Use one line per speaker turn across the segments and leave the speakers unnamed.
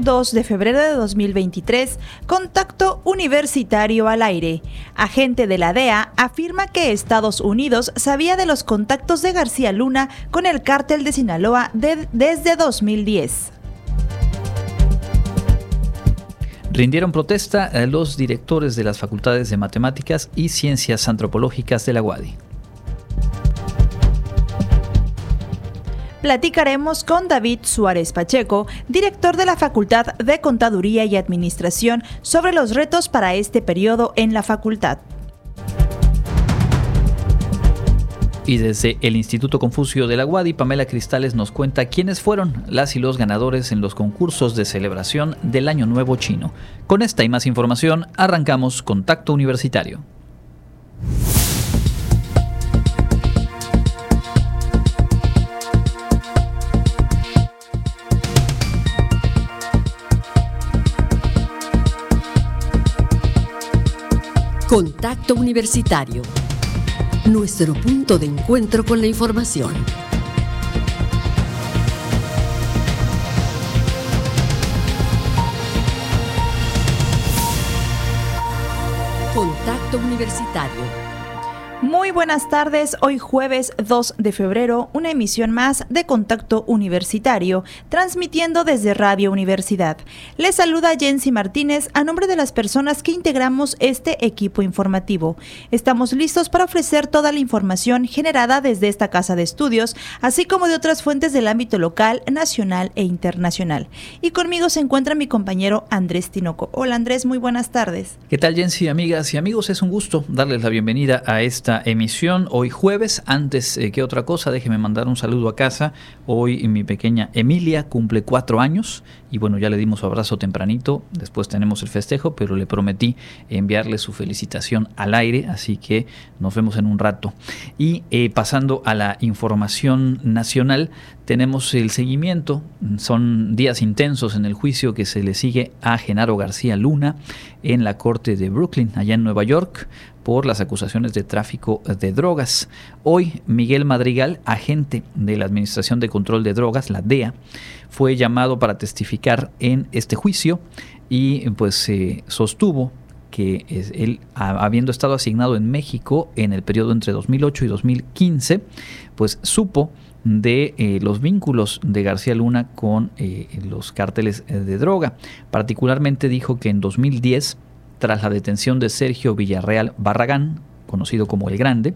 2 de febrero de 2023, Contacto Universitario al aire. Agente de la DEA afirma que Estados Unidos sabía de los contactos de García Luna con el cártel de Sinaloa desde 2010.
Rindieron protesta a los directores de las facultades de Matemáticas y Ciencias Antropológicas de la UADY.
Platicaremos con David Suárez Pacheco, director de la Facultad de Contaduría y Administración, sobre los retos para este periodo en la facultad.
Y desde el Instituto Confucio de la UADY, Pamela Cristales nos cuenta quiénes fueron las y los ganadores en los concursos de celebración del Año Nuevo Chino. Con esta y más información, arrancamos Contacto Universitario.
Contacto Universitario. Nuestro punto de encuentro con la información. Contacto Universitario.
Muy buenas tardes, hoy jueves 2 de febrero, una emisión más de Contacto Universitario, transmitiendo desde Radio Universidad. Les saluda Jensi Martínez a nombre de las personas que integramos este equipo informativo. Estamos listos para ofrecer toda la información generada desde esta casa de estudios, así como de otras fuentes del ámbito local, nacional e internacional. Y conmigo se encuentra mi compañero Andrés Tinoco. Hola Andrés, muy buenas tardes.
¿Qué tal Jensi, amigas y amigos? Es un gusto darles la bienvenida a esta emisión hoy jueves. Antes que otra cosa, déjeme mandar un saludo a casa. Hoy mi pequeña Emilia cumple 4 años y bueno, ya le dimos su abrazo tempranito, después tenemos el festejo, pero le prometí enviarle su felicitación al aire, así que nos vemos en un rato. Y pasando a la información nacional, tenemos el seguimiento. Son días intensos en el juicio que se le sigue a Genaro García Luna en la corte de Brooklyn, allá en Nueva York, por las acusaciones de tráfico de drogas. Hoy, Miguel Madrigal, agente de la Administración de Control de Drogas, la DEA, fue llamado para testificar en este juicio y pues sostuvo que él, habiendo estado asignado en México en el periodo entre 2008 y 2015, pues supo de los vínculos de García Luna con los cárteles de droga. Particularmente dijo que en 2010, tras la detención de Sergio Villarreal Barragán, conocido como El Grande,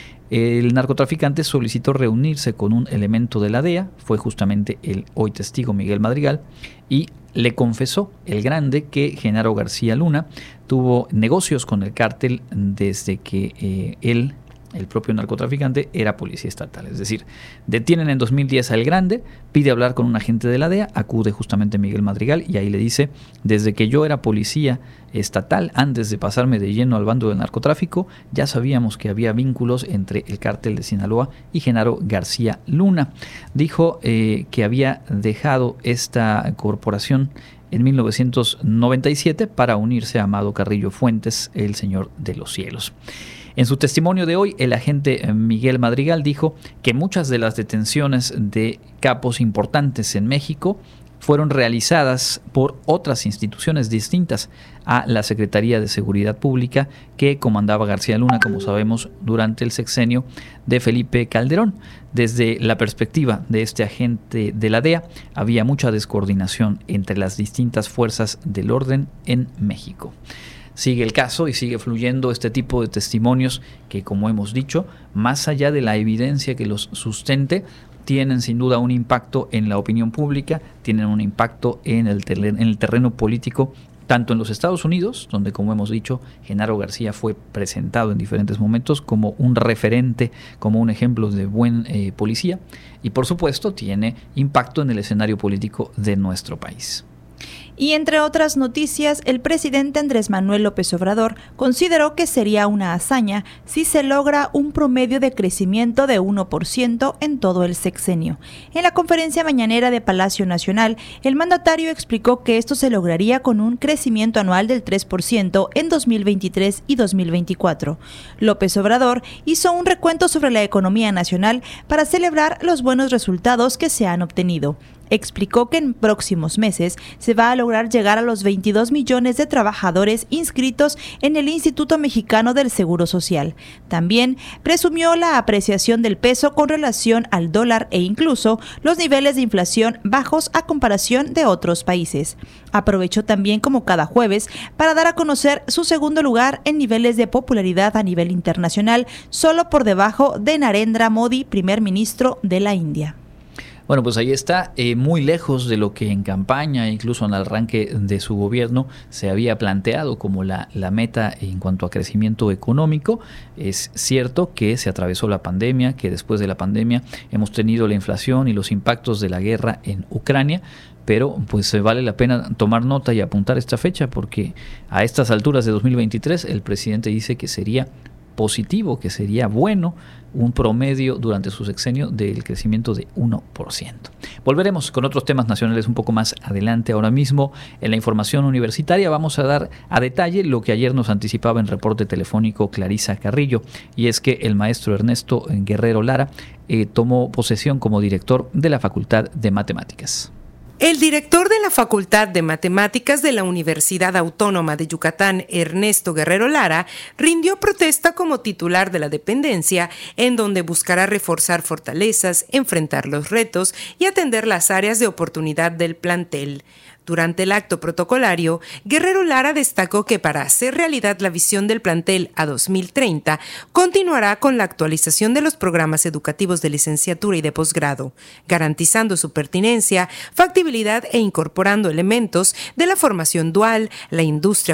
el narcotraficante solicitó reunirse con un elemento de la DEA, fue justamente el hoy testigo Miguel Madrigal, y le confesó El Grande que Genaro García Luna tuvo negocios con el cártel desde que él, el propio narcotraficante, era policía estatal. Es decir, detienen en 2010 a El Grande, pide hablar con un agente de la DEA, acude justamente Miguel Madrigal y ahí le dice: desde que yo era policía estatal, antes de pasarme de lleno al bando del narcotráfico, ya sabíamos que había vínculos entre el cártel de Sinaloa y Genaro García Luna. Dijo que había dejado esta corporación en 1997 para unirse a Amado Carrillo Fuentes, el Señor de los Cielos. En su testimonio de hoy, el agente Miguel Madrigal dijo que muchas de las detenciones de capos importantes en México fueron realizadas por otras instituciones distintas a la Secretaría de Seguridad Pública que comandaba García Luna, como sabemos, durante el sexenio de Felipe Calderón. Desde la perspectiva de este agente de la DEA, había mucha descoordinación entre las distintas fuerzas del orden en México. Sigue el caso y sigue fluyendo este tipo de testimonios que, como hemos dicho, más allá de la evidencia que los sustente, tienen sin duda un impacto en la opinión pública, tienen un impacto en el terreno político, tanto en los Estados Unidos, donde, como hemos dicho, Genaro García fue presentado en diferentes momentos como un referente, como un ejemplo de buen policía, y por supuesto tiene impacto en el escenario político de nuestro país.
Y entre otras noticias, el presidente Andrés Manuel López Obrador consideró que sería una hazaña si se logra un promedio de crecimiento de 1% en todo el sexenio. En la conferencia mañanera de Palacio Nacional, el mandatario explicó que esto se lograría con un crecimiento anual del 3% en 2023 y 2024. López Obrador hizo un recuento sobre la economía nacional para celebrar los buenos resultados que se han obtenido. Explicó que en próximos meses se va a lograr llegar a los 22 millones de trabajadores inscritos en el Instituto Mexicano del Seguro Social. También presumió la apreciación del peso con relación al dólar e incluso los niveles de inflación bajos a comparación de otros países. Aprovechó también, como cada jueves, para dar a conocer su segundo lugar en niveles de popularidad a nivel internacional, solo por debajo de Narendra Modi, primer ministro de la India.
Bueno, pues ahí está, muy lejos de lo que en campaña, incluso en el arranque de su gobierno, se había planteado como la meta en cuanto a crecimiento económico. Es cierto que se atravesó la pandemia, que después de la pandemia hemos tenido la inflación y los impactos de la guerra en Ucrania, pero pues vale la pena tomar nota y apuntar esta fecha porque a estas alturas de 2023 el presidente dice que sería positivo, que sería bueno un promedio durante su sexenio del crecimiento de 1%. Volveremos con otros temas nacionales un poco más adelante. Ahora mismo en la información universitaria vamos a dar a detalle lo que ayer nos anticipaba en reporte telefónico Clarisa Carrillo, y es que el maestro Ernesto Guerrero Lara tomó posesión como director de la Facultad de Matemáticas.
El director de la Facultad de Matemáticas de la Universidad Autónoma de Yucatán, Ernesto Guerrero Lara, rindió protesta como titular de la dependencia, en donde buscará reforzar fortalezas, enfrentar los retos y atender las áreas de oportunidad del plantel. Durante el acto protocolario, Guerrero Lara destacó que para hacer realidad la visión del plantel a 2030, continuará con la actualización de los programas educativos de licenciatura y de posgrado, garantizando su pertinencia, factibilidad e incorporando elementos de la formación dual, la industria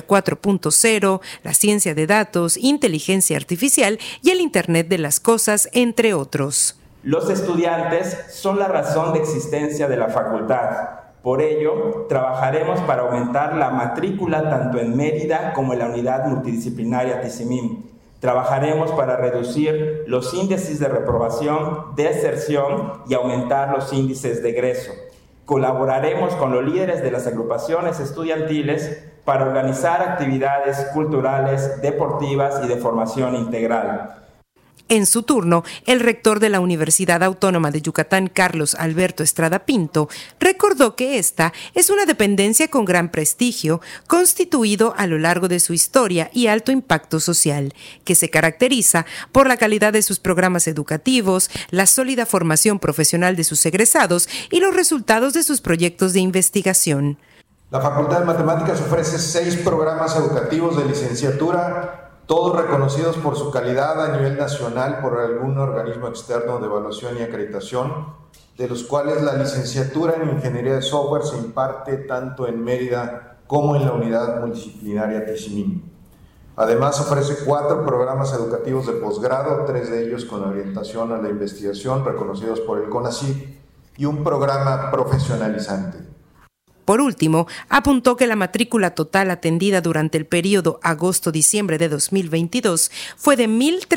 4.0, la ciencia de datos, inteligencia artificial y el Internet de las cosas, entre otros.
Los estudiantes son la razón de existencia de la facultad. Por ello, trabajaremos para aumentar la matrícula tanto en Mérida como en la unidad multidisciplinaria Tizimín. Trabajaremos para reducir los índices de reprobación, deserción y aumentar los índices de egreso. Colaboraremos con los líderes de las agrupaciones estudiantiles para organizar actividades culturales, deportivas y de formación integral.
En su turno, el rector de la Universidad Autónoma de Yucatán, Carlos Alberto Estrada Pinto, recordó que esta es una dependencia con gran prestigio, constituido a lo largo de su historia y alto impacto social, que se caracteriza por la calidad de sus programas educativos, la sólida formación profesional de sus egresados y los resultados de sus proyectos de investigación.
La Facultad de Matemáticas ofrece 6 programas educativos de licenciatura, todos reconocidos por su calidad a nivel nacional por algún organismo externo de evaluación y acreditación, de los cuales la licenciatura en Ingeniería de Software se imparte tanto en Mérida como en la unidad multidisciplinaria Tizimín. Además, ofrece 4 programas educativos de posgrado, 3 de ellos con orientación a la investigación, reconocidos por el CONACYT, y un programa profesionalizante.
Por último, apuntó que la matrícula total atendida durante el periodo agosto-diciembre de 2022 fue de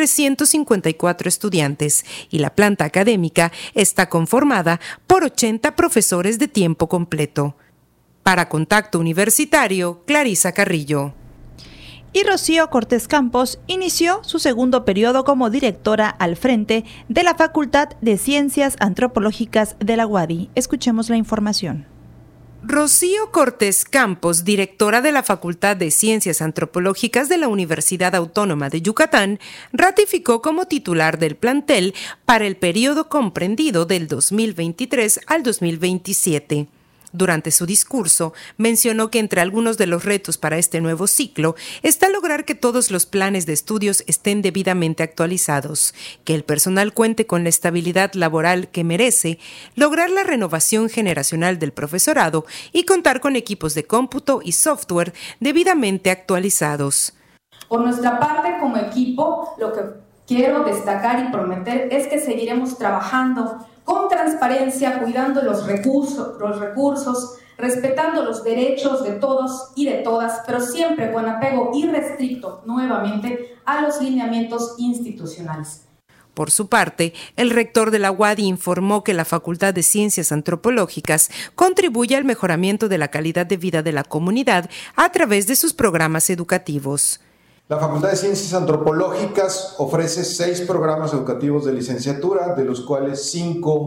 1,354 estudiantes y la planta académica está conformada por 80 profesores de tiempo completo. Para Contacto Universitario, Clarisa Carrillo.
Y Rocío Cortés Campos inició su segundo periodo como directora al frente de la Facultad de Ciencias Antropológicas de la UADY. Escuchemos la información.
Rocío Cortés Campos, directora de la Facultad de Ciencias Antropológicas de la Universidad Autónoma de Yucatán, ratificó como titular del plantel para el periodo comprendido del 2023 al 2027. Durante su discurso, mencionó que entre algunos de los retos para este nuevo ciclo está lograr que todos los planes de estudios estén debidamente actualizados, que el personal cuente con la estabilidad laboral que merece, lograr la renovación generacional del profesorado y contar con equipos de cómputo y software debidamente actualizados.
Por nuestra parte, como equipo, lo que quiero destacar y prometer es que seguiremos trabajando con transparencia, cuidando los recursos, respetando los derechos de todos y de todas, pero siempre con apego irrestricto, nuevamente, a los lineamientos institucionales.
Por su parte, el rector de la UADY informó que la Facultad de Ciencias Antropológicas contribuye al mejoramiento de la calidad de vida de la comunidad a través de sus programas educativos.
La Facultad de Ciencias Antropológicas ofrece 6 programas educativos de licenciatura, de los cuales 5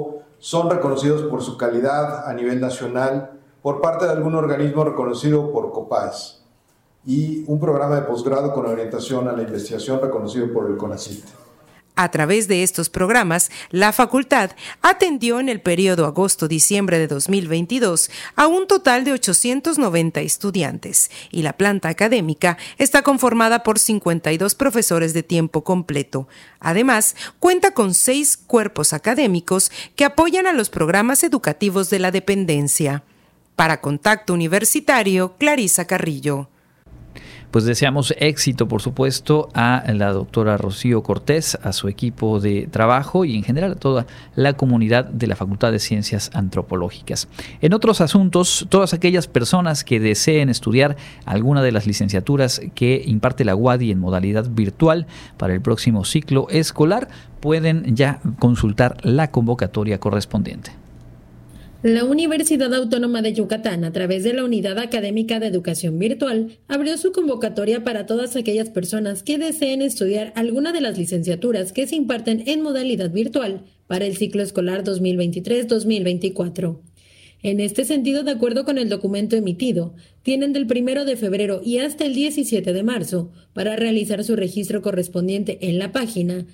son reconocidos por su calidad a nivel nacional por parte de algún organismo reconocido por COPAES y un programa de posgrado con orientación a la investigación reconocido por el CONACYT.
A través de estos programas, la facultad atendió en el periodo agosto-diciembre de 2022 a un total de 890 estudiantes y la planta académica está conformada por 52 profesores de tiempo completo. Además, cuenta con 6 cuerpos académicos que apoyan a los programas educativos de la dependencia. Para Contacto Universitario, Clarisa Carrillo.
Pues deseamos éxito, por supuesto, a la doctora Rocío Cortés, a su equipo de trabajo y en general a toda la comunidad de la Facultad de Ciencias Antropológicas. En otros asuntos, todas aquellas personas que deseen estudiar alguna de las licenciaturas que imparte la UADY en modalidad virtual para el próximo ciclo escolar pueden ya consultar la convocatoria correspondiente.
La Universidad Autónoma de Yucatán, a través de la Unidad Académica de Educación Virtual, abrió su convocatoria para todas aquellas personas que deseen estudiar alguna de las licenciaturas que se imparten en modalidad virtual para el ciclo escolar 2023-2024. En este sentido, de acuerdo con el documento emitido, tienen del 1 de febrero y hasta el 17 de marzo para realizar su registro correspondiente en la página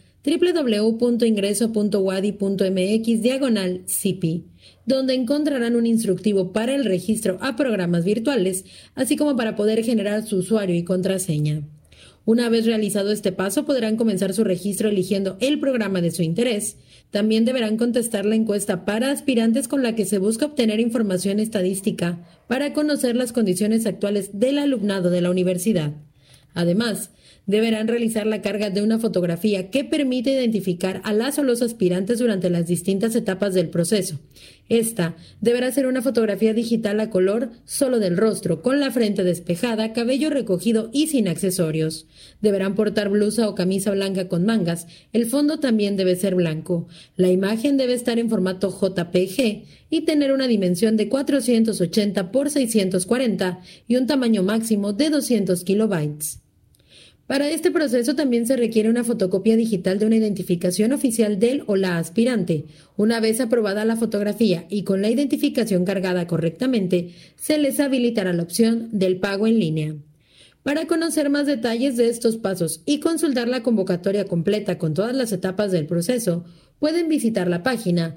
www.ingreso.wadi.mx/CIPI, donde encontrarán un instructivo para el registro a programas virtuales, así como para poder generar su usuario y contraseña. Una vez realizado este paso, podrán comenzar su registro eligiendo el programa de su interés. También deberán contestar la encuesta para aspirantes con la que se busca obtener información estadística para conocer las condiciones actuales del alumnado de la universidad. Además, deberán realizar la carga de una fotografía que permite identificar a las o los aspirantes durante las distintas etapas del proceso. Esta deberá ser una fotografía digital a color solo del rostro, con la frente despejada, cabello recogido y sin accesorios. Deberán portar blusa o camisa blanca con mangas. El fondo también debe ser blanco. La imagen debe estar en formato JPG y tener una dimensión de 480 por 640 y un tamaño máximo de 200 kilobytes. Para este proceso también se requiere una fotocopia digital de una identificación oficial del o la aspirante. Una vez aprobada la fotografía y con la identificación cargada correctamente, se les habilitará la opción del pago en línea. Para conocer más detalles de estos pasos y consultar la convocatoria completa con todas las etapas del proceso, pueden visitar la página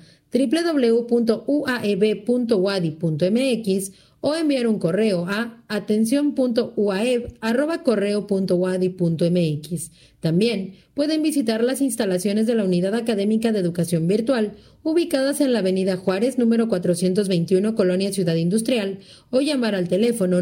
www.uaeb.wadi.mx o enviar un correo a atención.uaeb@correo.wadi.mx. También pueden visitar las instalaciones de la Unidad Académica de Educación Virtual, ubicadas en la Avenida Juárez, número 421, Colonia Ciudad Industrial, o llamar al teléfono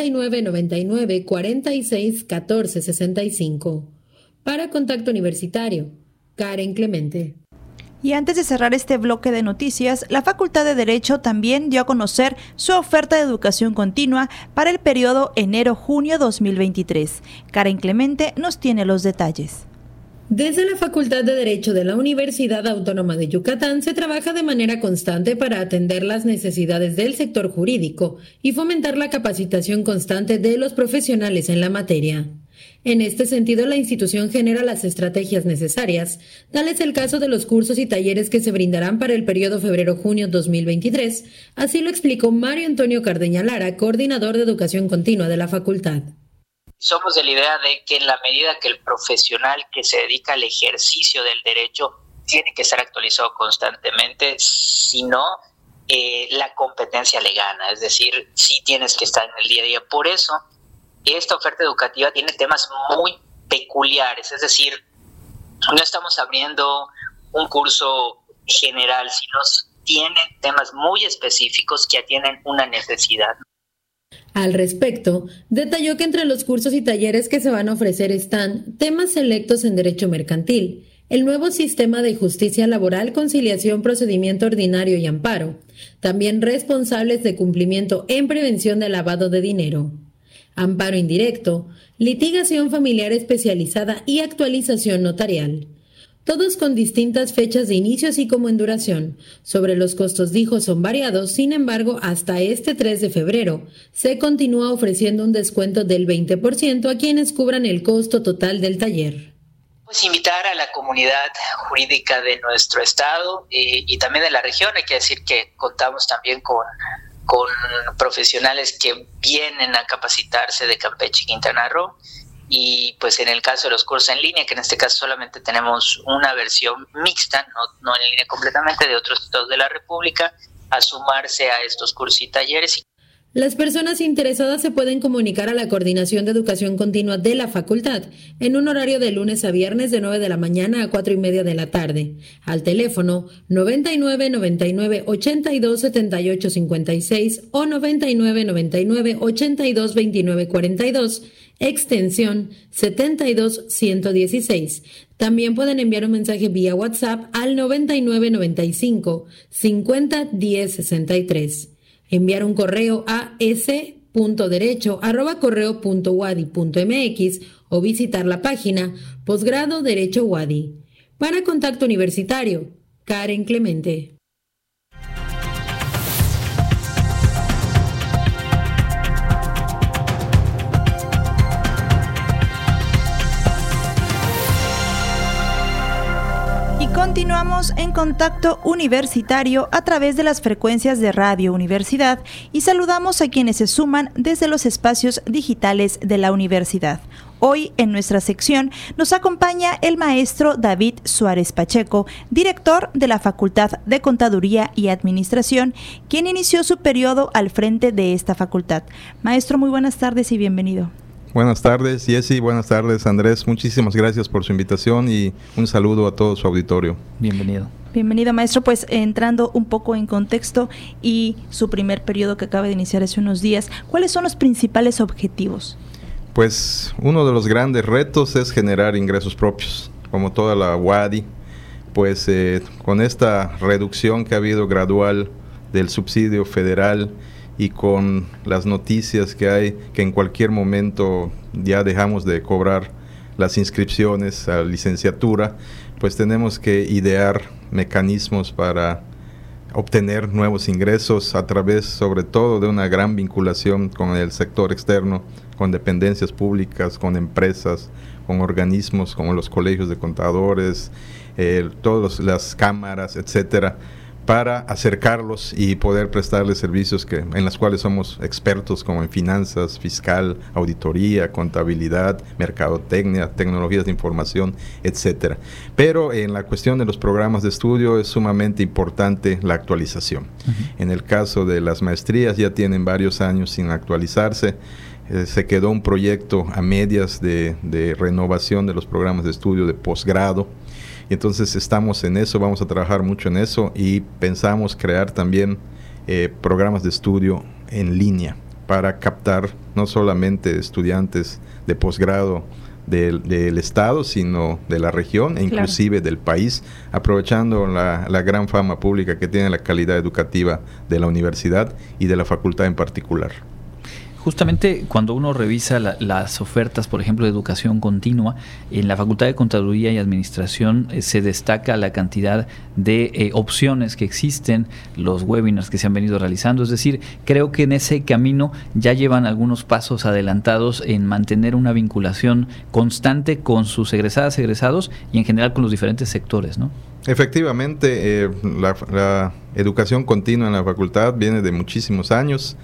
9999 46 14 65. Para Contacto Universitario, Karen Clemente.
Y antes de cerrar este bloque de noticias, la Facultad de Derecho también dio a conocer su oferta de educación continua para el periodo enero-junio 2023. Karen Clemente nos tiene los detalles.
Desde la Facultad de Derecho de la Universidad Autónoma de Yucatán se trabaja de manera constante para atender las necesidades del sector jurídico y fomentar la capacitación constante de los profesionales en la materia. En este sentido, la institución genera las estrategias necesarias. Tal es el caso de los cursos y talleres que se brindarán para el periodo febrero-junio 2023. Así lo explicó Mario Antonio Cardeña Lara, coordinador de Educación Continua de la facultad.
Somos de la idea de que en la medida que el profesional que se dedica al ejercicio del derecho tiene que estar actualizado constantemente, si no, la competencia le gana. Es decir, sí tienes que estar en el día a día. Por eso, esta oferta educativa tiene temas muy peculiares, es decir, no estamos abriendo un curso general, sino tiene temas muy específicos que atienden una necesidad.
Al respecto, detalló que entre los cursos y talleres que se van a ofrecer están temas selectos en derecho mercantil, el nuevo sistema de justicia laboral, conciliación, procedimiento ordinario y amparo, también responsables de cumplimiento en prevención de lavado de dinero, amparo indirecto, litigación familiar especializada y actualización notarial. Todos con distintas fechas de inicio así como en duración. Sobre los costos dijo son variados, sin embargo, hasta este 3 de febrero se continúa ofreciendo un descuento del 20% a quienes cubran el costo total del taller.
Pues invitar a la comunidad jurídica de nuestro estado y también de la región. Hay que decir que contamos también con profesionales que vienen a capacitarse de Campeche y Quintana Roo, y pues en el caso de los cursos en línea, que en este caso solamente tenemos una versión mixta, no en línea completamente, de otros estados de la República, a sumarse a estos cursos y talleres.
Las personas interesadas se pueden comunicar a la Coordinación de Educación Continua de la Facultad en un horario de lunes a viernes de 9 de la mañana a 4:30 de la tarde, al teléfono 99 99 82 78 56 o 99 99 82 29 42, extensión 72 116. También pueden enviar un mensaje vía WhatsApp al 99 95 50 10 63. Enviar un correo a s.derecho@correo.uadi.mx o visitar la página Posgrado Derecho UADY. Para Contacto Universitario, Karen Clemente.
Continuamos en Contacto Universitario a través de las frecuencias de Radio Universidad y saludamos a quienes se suman desde los espacios digitales de la universidad. Hoy en nuestra sección nos acompaña el maestro David Suárez Pacheco, director de la Facultad de Contaduría y Administración, quien inició su periodo al frente de esta facultad. Maestro, muy buenas tardes y bienvenido.
Buenas tardes, Jessy. Buenas tardes, Andrés. Muchísimas gracias por su invitación y un saludo a todo su auditorio.
Bienvenido.
Bienvenido, maestro. Pues entrando un poco en contexto y su primer periodo que acaba de iniciar hace unos días, ¿cuáles son los principales objetivos?
Pues uno de los grandes retos es generar ingresos propios, como toda la UADY. Pues con esta reducción que ha habido gradual del subsidio federal y con las noticias que hay, que en cualquier momento ya dejamos de cobrar las inscripciones a licenciatura, pues tenemos que idear mecanismos para obtener nuevos ingresos a través sobre todo de una gran vinculación con el sector externo, con dependencias públicas, con empresas, con organismos como los colegios de contadores, todas las cámaras, etcétera, para acercarlos y poder prestarles servicios en las cuales somos expertos, como en finanzas, fiscal, auditoría, contabilidad, mercadotecnia, tecnologías de información, etcétera. Pero en la cuestión de los programas de estudio es sumamente importante la actualización. En el caso de las maestrías ya tienen varios años sin actualizarse. Se quedó un proyecto a medias de renovación de los programas de estudio de posgrado. Y entonces estamos en eso, vamos a trabajar mucho en eso y pensamos crear también programas de estudio en línea para captar no solamente estudiantes de posgrado del estado, sino de la región e inclusive del país, aprovechando la gran fama pública que tiene la calidad educativa de la universidad y de la facultad en particular.
Justamente cuando uno revisa las ofertas, por ejemplo, de educación continua, en la Facultad de Contaduría y Administración se destaca la cantidad de opciones que existen, los webinars que se han venido realizando. Es decir, creo que en ese camino ya llevan algunos pasos adelantados en mantener una vinculación constante con sus egresadas, egresados y en general con los diferentes sectores, ¿no?
Efectivamente, la educación continua en la facultad viene de muchísimos años.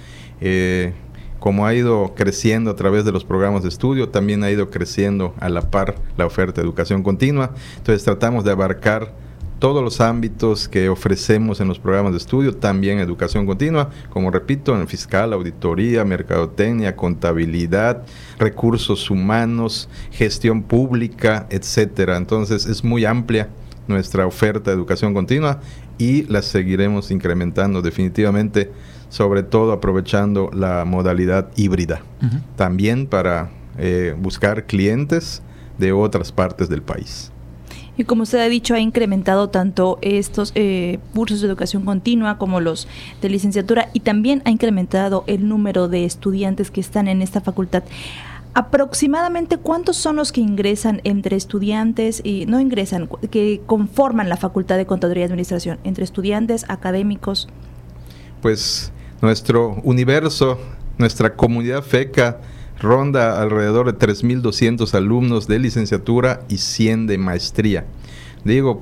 Como ha ido creciendo a través de los programas de estudio, también ha ido creciendo a la par la oferta de educación continua. Entonces tratamos de abarcar todos los ámbitos que ofrecemos en los programas de estudio, también educación continua, como repito, en fiscal, auditoría, mercadotecnia, contabilidad, recursos humanos, gestión pública, etcétera. Entonces es muy amplia nuestra oferta de educación continua y la seguiremos incrementando definitivamente, sobre todo aprovechando la modalidad híbrida, también para buscar clientes de otras partes del país.
Y como usted ha dicho, ha incrementado tanto estos cursos de educación continua como los de licenciatura, y también ha incrementado el número de estudiantes que están en esta facultad. Aproximadamente, ¿cuántos son los que ingresan entre estudiantes y no ingresan, que conforman la Facultad de Contaduría y Administración, entre estudiantes, académicos?
Pues nuestro universo, nuestra comunidad FECA ronda alrededor de 3.200 alumnos de licenciatura y 100 de maestría. Digo,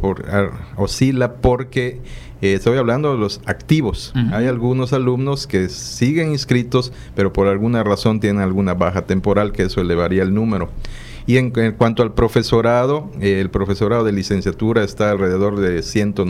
oscila porque estoy hablando de los activos. Hay algunos alumnos que siguen inscritos, pero por alguna razón tienen alguna baja temporal, que eso elevaría el número. Y en cuanto al profesorado, el profesorado de licenciatura está alrededor de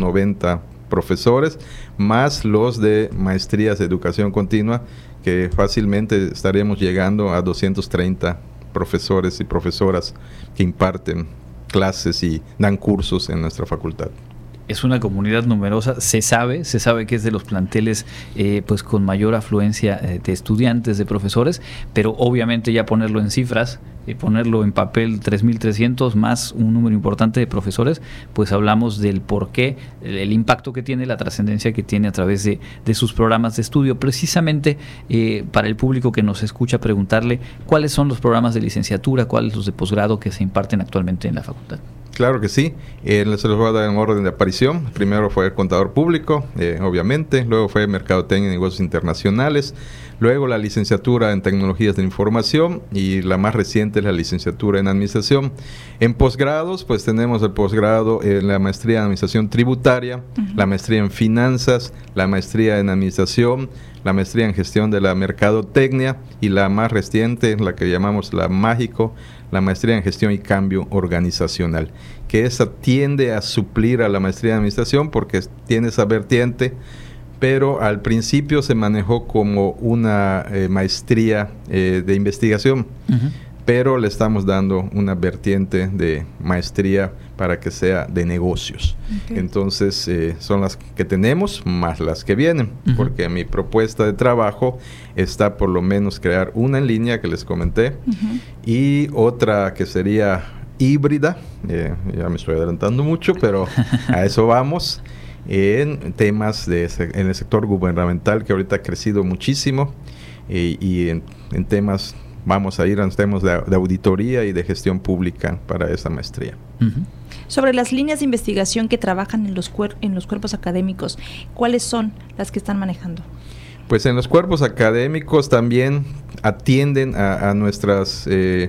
190 profesores, más los de maestrías de educación continua, que fácilmente estaremos llegando a 230 profesores y profesoras que imparten clases y dan cursos en nuestra facultad.
Es una comunidad numerosa, se sabe que es de los planteles pues con mayor afluencia de estudiantes, de profesores, pero obviamente ya ponerlo en cifras, ponerlo en papel, 3.300 más un número importante de profesores, pues hablamos del porqué, el impacto que tiene, la trascendencia que tiene a través de sus programas de estudio. Precisamente para el público que nos escucha, preguntarle cuáles son los programas de licenciatura, cuáles los de posgrado que se imparten actualmente en la facultad.
Claro que sí, se los voy a dar en orden de aparición. Primero fue contador público, obviamente, luego fue mercadotecnia y negocios internacionales, luego la licenciatura en tecnologías de información y la más reciente es la licenciatura en administración. En posgrados, pues tenemos el posgrado en la maestría en administración tributaria, la maestría en finanzas, la maestría en administración, la maestría en gestión de la mercadotecnia y la más reciente, la que llamamos la mágico, la maestría en gestión y cambio organizacional, que esa tiende a suplir a la maestría en administración porque tiene esa vertiente, pero al principio se manejó como una maestría de investigación, pero le estamos dando una vertiente de maestría para que sea de negocios. Entonces son las que tenemos más las que vienen, porque mi propuesta de trabajo está por lo menos crear una en línea que les comenté y otra que sería híbrida, ya me estoy adelantando mucho, pero a eso vamos, en temas en el sector gubernamental, que ahorita ha crecido muchísimo, y en temas, vamos a ir a los temas de auditoría y de gestión pública para esa maestría.
Sobre las líneas de investigación que trabajan en los cuerpos académicos, ¿cuáles son las que están manejando?
Pues en los cuerpos académicos también atienden a nuestros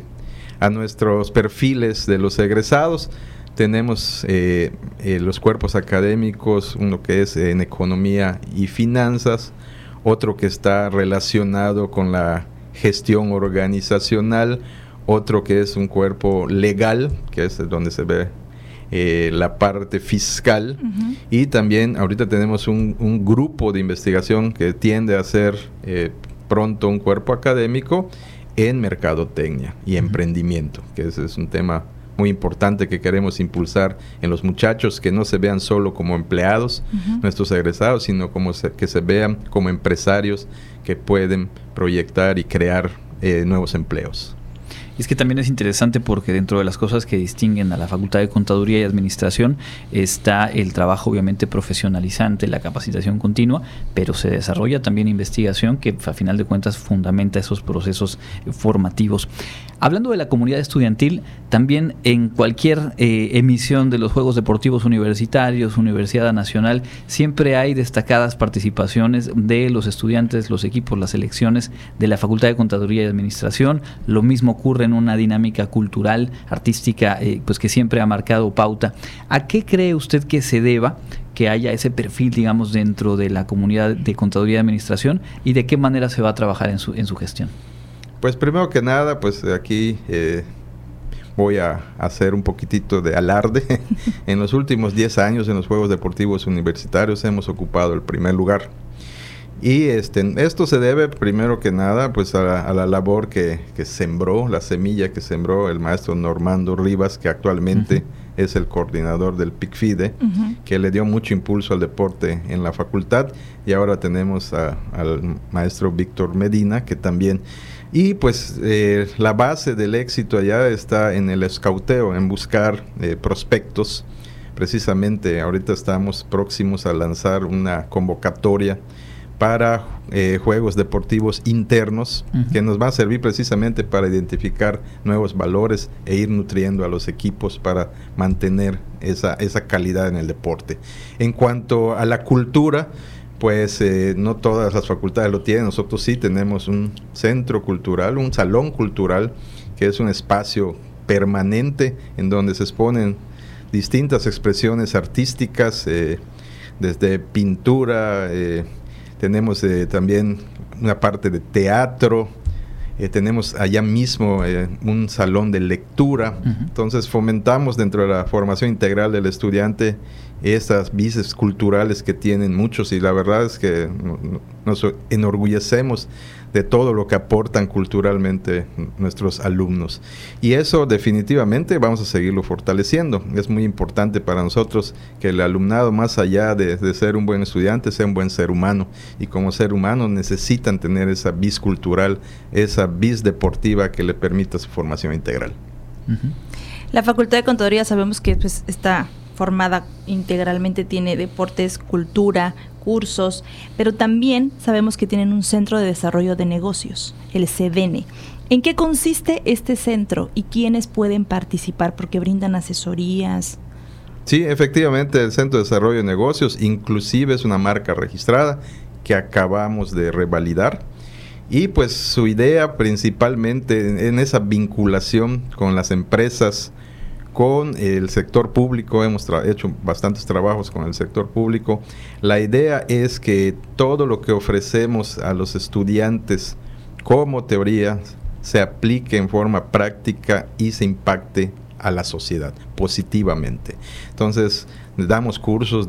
perfiles de los egresados. Tenemos los cuerpos académicos, uno que es en economía y finanzas, otro que está relacionado con la gestión organizacional, otro que es un cuerpo legal, que es donde se ve la parte fiscal, y también ahorita tenemos un grupo de investigación que tiende a ser pronto un cuerpo académico en mercadotecnia y emprendimiento, que ese es un tema muy importante que queremos impulsar en los muchachos, que no se vean solo como empleados, nuestros egresados, sino que se vean como empresarios que pueden proyectar y crear nuevos empleos.
Es que también es interesante porque dentro de las cosas que distinguen a la Facultad de Contaduría y Administración está el trabajo obviamente profesionalizante, la capacitación continua, pero se desarrolla también investigación que a final de cuentas fundamenta esos procesos formativos. Hablando de la comunidad estudiantil, también en cualquier emisión de los Juegos Deportivos Universitarios, Universidad Nacional, siempre hay destacadas participaciones de los estudiantes, los equipos, las selecciones de la Facultad de Contaduría y Administración. Lo mismo ocurre en una dinámica cultural, artística, pues que siempre ha marcado pauta. ¿A qué cree usted que se deba que haya ese perfil, digamos, dentro de la comunidad de Contaduría y Administración, y de qué manera se va a trabajar en su gestión?
Pues primero que nada, pues aquí voy a hacer un poquitito de alarde. En los últimos 10 años en los Juegos Deportivos Universitarios hemos ocupado el primer lugar. Y esto se debe primero que nada pues a la labor que sembró, la semilla que sembró el maestro Normando Rivas, que actualmente es el coordinador del PICFIDE, que le dio mucho impulso al deporte en la facultad, y ahora tenemos al maestro Víctor Medina, que también... Y pues la base del éxito allá está en el escauteo, en buscar prospectos. Precisamente ahorita estamos próximos a lanzar una convocatoria para juegos deportivos internos, que nos va a servir precisamente para identificar nuevos valores e ir nutriendo a los equipos para mantener esa calidad en el deporte. En cuanto a la cultura, Pues no todas las facultades lo tienen. Nosotros sí tenemos un centro cultural, un salón cultural, que es un espacio permanente en donde se exponen distintas expresiones artísticas, desde pintura, tenemos también una parte de teatro, tenemos allá mismo un salón de lectura. Entonces fomentamos dentro de la formación integral del estudiante estas vices culturales que tienen muchos, y la verdad es que nos enorgullecemos de todo lo que aportan culturalmente nuestros alumnos, y eso definitivamente vamos a seguirlo fortaleciendo. Es muy importante para nosotros que el alumnado, más allá de ser un buen estudiante, sea un buen ser humano, y como ser humano necesitan tener esa vis cultural, esa vis deportiva que le permita su formación integral.
La Facultad de Contaduría sabemos que pues está formada integralmente, tiene deportes, cultura, cursos, pero también sabemos que tienen un centro de desarrollo de negocios, el CDN. ¿En qué consiste este centro y quiénes pueden participar? Porque brindan asesorías.
Sí, efectivamente, el Centro de Desarrollo de Negocios inclusive es una marca registrada que acabamos de revalidar, y pues su idea principalmente en esa vinculación con las empresas, con el sector público. Hemos hecho bastantes trabajos con el sector público. La idea es que todo lo que ofrecemos a los estudiantes como teoría se aplique en forma práctica y se impacte a la sociedad positivamente. Entonces, damos cursos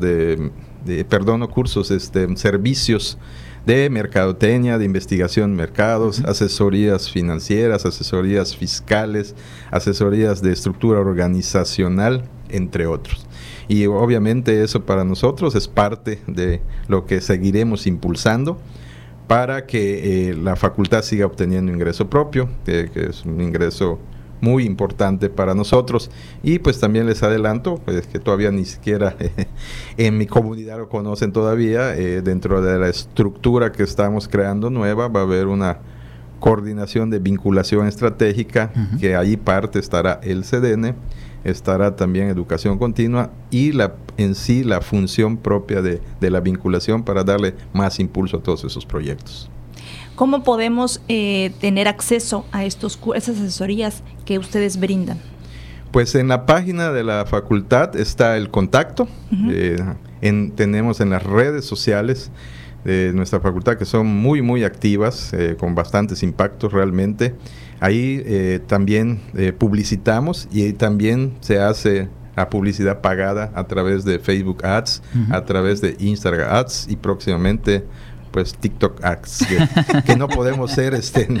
servicios de mercadotecnia, de investigación de mercados, asesorías financieras, asesorías fiscales, asesorías de estructura organizacional, entre otros. Y obviamente eso para nosotros es parte de lo que seguiremos impulsando para que la facultad siga obteniendo ingreso propio, que es un ingreso muy importante para nosotros. Y pues también les adelanto pues que todavía ni siquiera en mi comunidad lo conocen todavía. Dentro de la estructura que estamos creando nueva va a haber una coordinación de vinculación estratégica, que allí parte estará el CDN, estará también educación continua y en sí la función propia de la vinculación para darle más impulso a todos esos proyectos.
¿Cómo podemos tener acceso a esas asesorías que ustedes brindan?
Pues en la página de la facultad está el contacto. Tenemos en las redes sociales de nuestra facultad, que son muy, muy activas, con bastantes impactos realmente. Ahí también publicitamos, y también se hace a publicidad pagada a través de Facebook Ads, a través de Instagram Ads, y próximamente pues TikTok Ads, que no podemos ser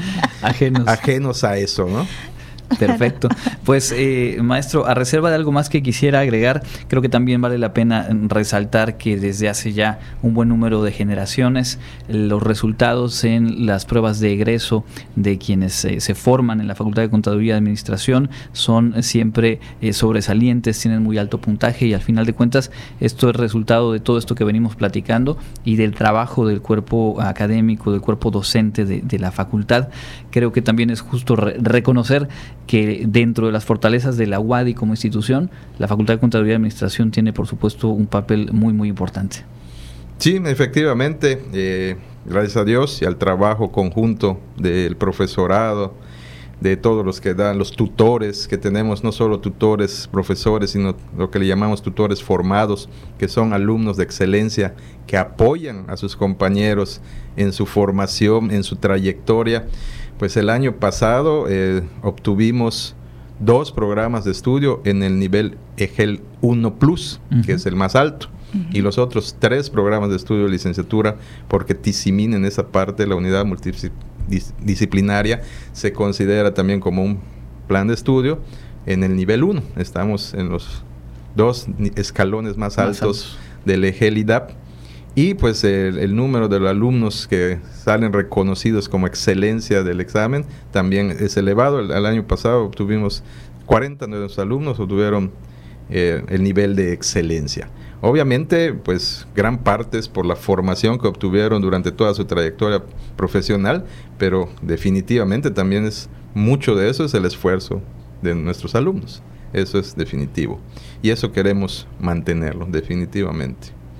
ajenos a eso, ¿no?
Perfecto. Pues maestro, a reserva de algo más que quisiera agregar, creo que también vale la pena resaltar que desde hace ya un buen número de generaciones los resultados en las pruebas de egreso de quienes se forman en la Facultad de Contaduría y Administración son siempre sobresalientes, tienen muy alto puntaje, y al final de cuentas esto es resultado de todo esto que venimos platicando y del trabajo del cuerpo académico, del cuerpo docente de la facultad. Creo que también es justo reconocer que dentro de las fortalezas de la UADY como institución, la Facultad de Contaduría y Administración tiene, por supuesto, un papel muy, muy importante.
Sí, efectivamente, gracias a Dios y al trabajo conjunto del profesorado, de todos los que dan, los tutores que tenemos, no solo tutores profesores, sino lo que le llamamos tutores formados, que son alumnos de excelencia, que apoyan a sus compañeros en su formación, en su trayectoria. Pues el año pasado obtuvimos 2 programas de estudio en el nivel EGEL 1 Plus, que es el más alto, y los otros 3 programas de estudio de licenciatura, porque TICIMIN en esa parte, la unidad multidisciplinaria, se considera también como un plan de estudio en el nivel 1. Estamos en los 2 escalones más altos del EGEL IDAP. Y pues el número de los alumnos que salen reconocidos como excelencia del examen también es elevado. El año pasado obtuvimos 40 de nuestros alumnos obtuvieron el nivel de excelencia. Obviamente, pues gran parte es por la formación que obtuvieron durante toda su trayectoria profesional, pero definitivamente también mucho de eso es el esfuerzo de nuestros alumnos. Eso es definitivo. Y eso queremos mantenerlo, definitivamente.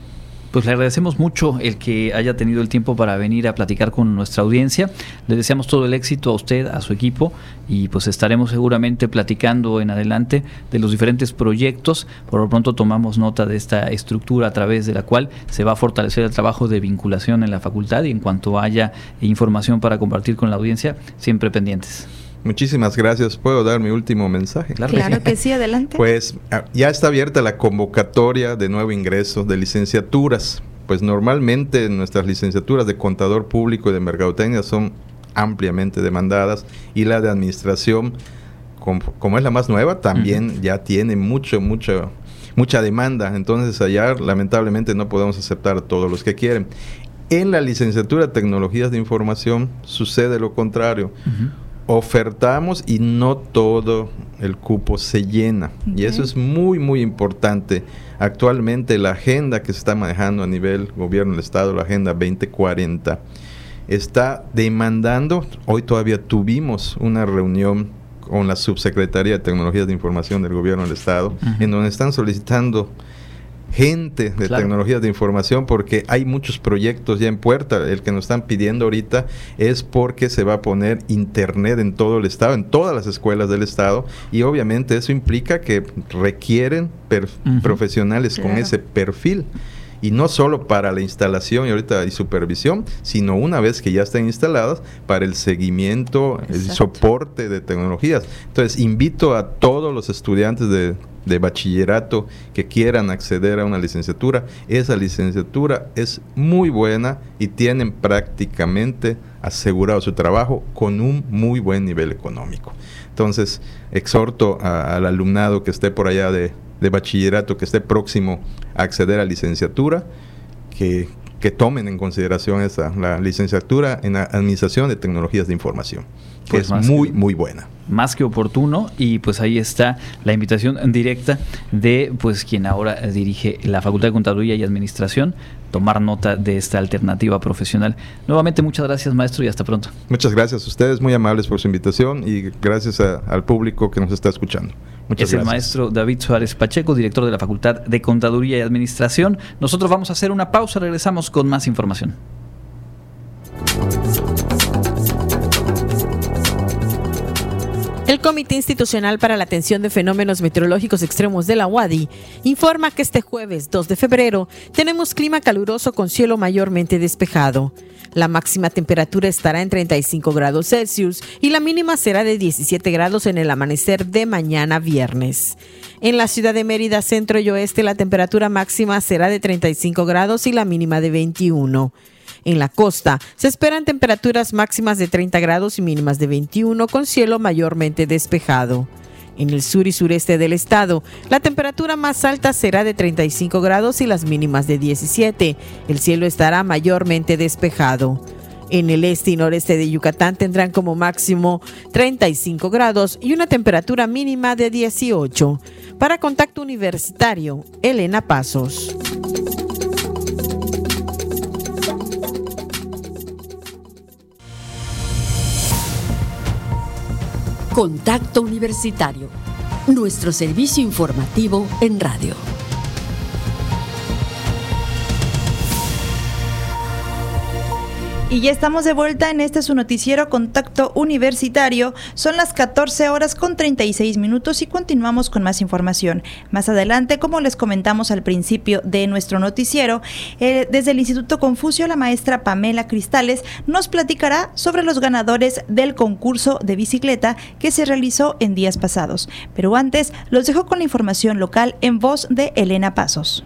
Pues le agradecemos mucho el que haya tenido el tiempo para venir a platicar con nuestra audiencia. Le deseamos todo el éxito a usted, a su equipo, y pues estaremos seguramente platicando en adelante de los diferentes proyectos. Por lo pronto tomamos nota de esta estructura a través de la cual se va a fortalecer el trabajo de vinculación en la facultad, y en cuanto haya información para compartir con la audiencia, siempre pendientes.
Muchísimas gracias. ¿Puedo dar mi último mensaje?
Claro que sí, adelante.
Pues ya está abierta la convocatoria de nuevo ingreso de licenciaturas. Pues normalmente nuestras licenciaturas de contador público y de mercadotecnia son ampliamente demandadas, y la de administración, como es la más nueva, también ya tiene mucha demanda. Entonces allá lamentablemente no podemos aceptar a todos los que quieren. En la licenciatura de tecnologías de información sucede lo contrario. Ofertamos y no todo el cupo se llena. Y eso es muy importante. Actualmente la agenda que se está manejando a nivel gobierno del Estado, la Agenda 2040, está demandando. Hoy todavía tuvimos una reunión con la Subsecretaría de Tecnologías de Información del gobierno del Estado, en donde están solicitando gente de tecnologías de información, porque hay muchos proyectos ya en puerta. El que nos están pidiendo ahorita es porque se va a poner internet en todo el estado, en todas las escuelas del estado, y obviamente eso implica que requieren profesionales con ese perfil, y no solo para la instalación y supervisión, sino una vez que ya estén instaladas, para el seguimiento, el soporte de tecnologías. Entonces invito a todos los estudiantes de bachillerato que quieran acceder a una licenciatura. Esa licenciatura es muy buena y tienen prácticamente asegurado su trabajo con un muy buen nivel económico. Entonces exhorto al alumnado que esté por allá de bachillerato, que esté próximo a acceder a licenciatura, que tomen en consideración la licenciatura en Administración de Tecnologías de Información, que pues es muy buena.
Más que oportuno, y pues ahí está la invitación directa de pues quien ahora dirige la Facultad de Contaduría y Administración, tomar nota de esta alternativa profesional. Nuevamente, muchas gracias, maestro, y hasta pronto.
Muchas gracias a ustedes, muy amables por su invitación, y gracias al público que nos está escuchando. Muchas gracias.
El maestro David Suárez Pacheco, director de la Facultad de Contaduría y Administración. Nosotros vamos a hacer una pausa, regresamos con más información.
El Comité Institucional para la Atención de Fenómenos Meteorológicos Extremos de la UADY informa que este jueves 2 de febrero tenemos clima caluroso con cielo mayormente despejado. La máxima temperatura estará en 35 grados Celsius y la mínima será de 17 grados en el amanecer de mañana viernes. En la ciudad de Mérida, centro y oeste, la temperatura máxima será de 35 grados y la mínima de 21. En la costa se esperan temperaturas máximas de 30 grados y mínimas de 21 con cielo mayormente despejado. En el sur y sureste del estado, la temperatura más alta será de 35 grados y las mínimas de 17. El cielo estará mayormente despejado. En el este y noreste de Yucatán tendrán como máximo 35 grados y una temperatura mínima de 18. Para Contacto Universitario, Elena Pasos.
Contacto Universitario, nuestro servicio informativo en radio.
Y ya estamos de vuelta en este su noticiero Contacto Universitario. Son las 14 horas con 36 minutos y continuamos con más información. Más adelante, como les comentamos al principio de nuestro noticiero, desde el Instituto Confucio, la maestra Pamela Cristales nos platicará sobre los ganadores del concurso de bicicleta que se realizó en días pasados. Pero antes, los dejo con la información local en voz de Elena Pasos.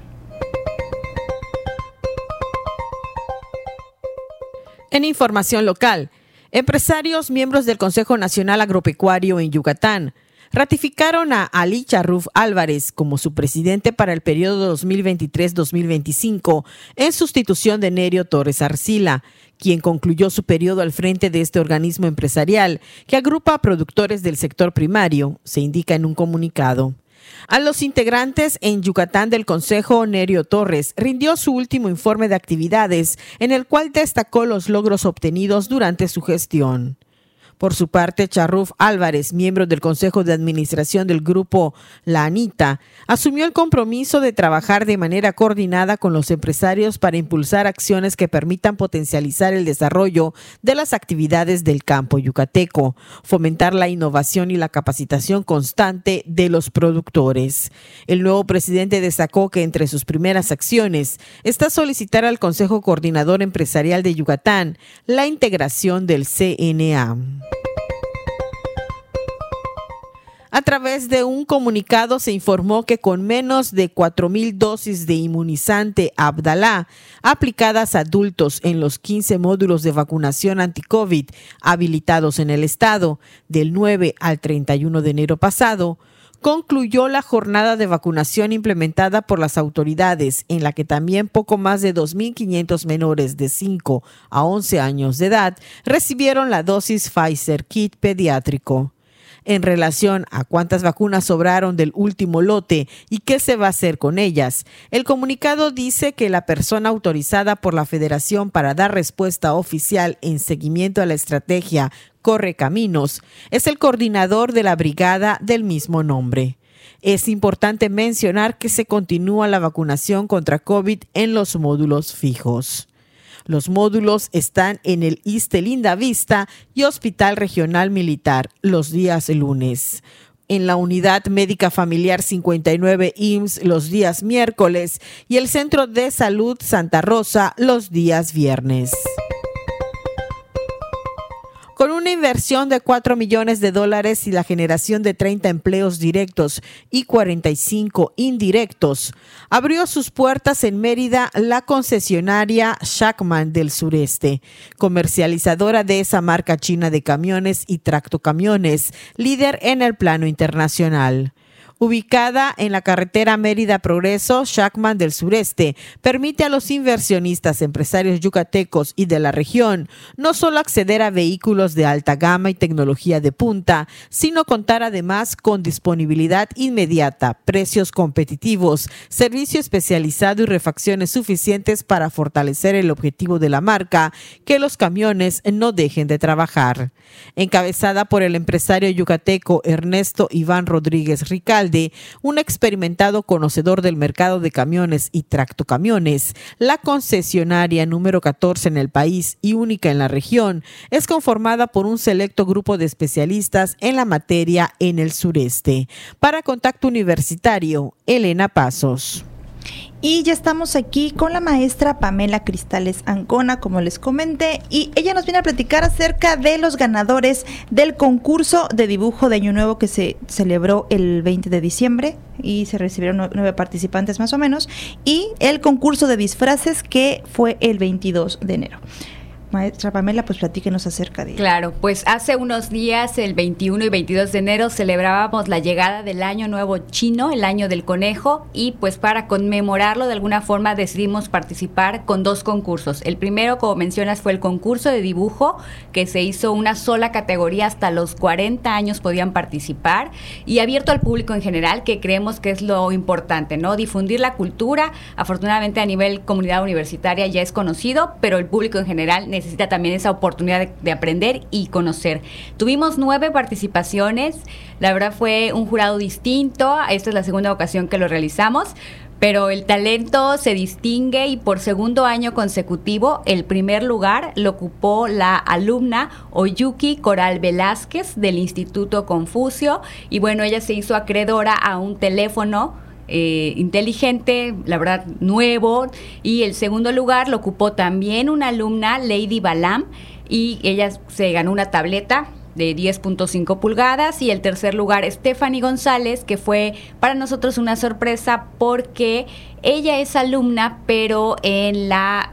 En información local, empresarios miembros del Consejo Nacional Agropecuario en Yucatán ratificaron a Ali Charruf Álvarez como su presidente para el periodo 2023-2025 en sustitución de Nerio Torres Arcila, quien concluyó su periodo al frente de este organismo empresarial que agrupa a productores del sector primario, se indica en un comunicado. A los integrantes en Yucatán del Consejo, Nerio Torres rindió su último informe de actividades, en el cual destacó los logros obtenidos durante su gestión. Por su parte, Charruf Álvarez, miembro del Consejo de Administración del Grupo La Anita, asumió el compromiso de trabajar de manera coordinada con los empresarios para impulsar acciones que permitan potencializar el desarrollo de las actividades del campo yucateco, fomentar la innovación y la capacitación constante de los productores. El nuevo presidente destacó que entre sus primeras acciones está solicitar al Consejo Coordinador Empresarial de Yucatán la integración del CNA. A través de un comunicado se informó que con menos de 4,000 dosis de inmunizante Abdalá aplicadas a adultos en los 15 módulos de vacunación anti-COVID habilitados en el estado del 9 al 31 de enero pasado, concluyó la jornada de vacunación implementada por las autoridades, en la que también poco más de 2,500 menores de 5 a 11 años de edad recibieron la dosis Pfizer Kit pediátrico. En relación a cuántas vacunas sobraron del último lote y qué se va a hacer con ellas, el comunicado dice que la persona autorizada por la Federación para dar respuesta oficial en seguimiento a la estrategia Correcaminos es el coordinador de la brigada del mismo nombre. Es importante mencionar que se continúa la vacunación contra COVID en los módulos fijos. Los módulos están en el ISSSTE Lindavista y Hospital Regional Militar los días lunes. En la Unidad Médica Familiar 59 IMSS los días miércoles y el Centro de Salud Santa Rosa los días viernes. Con una inversión de $4 millones y la generación de 30 empleos directos y 45 indirectos, abrió sus puertas en Mérida la concesionaria Shackman del Sureste, comercializadora de esa marca china de camiones y tractocamiones, líder en el plano internacional. Ubicada en la carretera Mérida Progreso, Shackman del Sureste permite a los inversionistas, empresarios yucatecos y de la región no solo acceder a vehículos de alta gama y tecnología de punta, sino contar además con disponibilidad inmediata, precios competitivos, servicio especializado y refacciones suficientes para fortalecer el objetivo de la marca, que los camiones no dejen de trabajar. Encabezada por el empresario yucateco Ernesto Iván Rodríguez Ricalde, un experimentado conocedor del mercado de camiones y tractocamiones, la concesionaria número 14 en el país y única en la región, es conformada por un selecto grupo de especialistas en la materia en el sureste. Para Contacto Universitario, Elena Pasos.
Y ya estamos aquí con la maestra Pamela Cristales Ancona, como les comenté, y ella nos viene a platicar acerca de los ganadores del concurso de dibujo de Año Nuevo que se celebró el 20 de diciembre y se recibieron 9 participantes más o menos, y el concurso de disfraces que fue el 22 de enero. Maestra Pamela, pues platíquenos acerca de ello.
Claro, pues hace unos días, el 21 y 22 de enero, celebrábamos la llegada del Año Nuevo Chino, el Año del Conejo, y pues para conmemorarlo de alguna forma decidimos participar con 2 concursos. El primero, como mencionas, fue el concurso de dibujo, que se hizo una sola categoría, hasta los 40 años podían participar, y abierto al público en general, que creemos que es lo importante, ¿no? Difundir la cultura. Afortunadamente a nivel comunidad universitaria ya es conocido, pero el público en general necesita también esa oportunidad de aprender y conocer. Tuvimos 9 participaciones, la verdad fue un jurado distinto, esta es la segunda ocasión que lo realizamos, pero el talento se distingue y por segundo año consecutivo el primer lugar lo ocupó la alumna Oyuki Coral Velázquez del Instituto Confucio, y bueno, ella se hizo acreedora a un teléfono inteligente, la verdad nuevo, y el segundo lugar lo ocupó también una alumna, Lady Balam, y ella se ganó una tableta de 10.5 pulgadas, y el tercer lugar Stephanie González, que fue para nosotros una sorpresa porque ella es alumna pero en la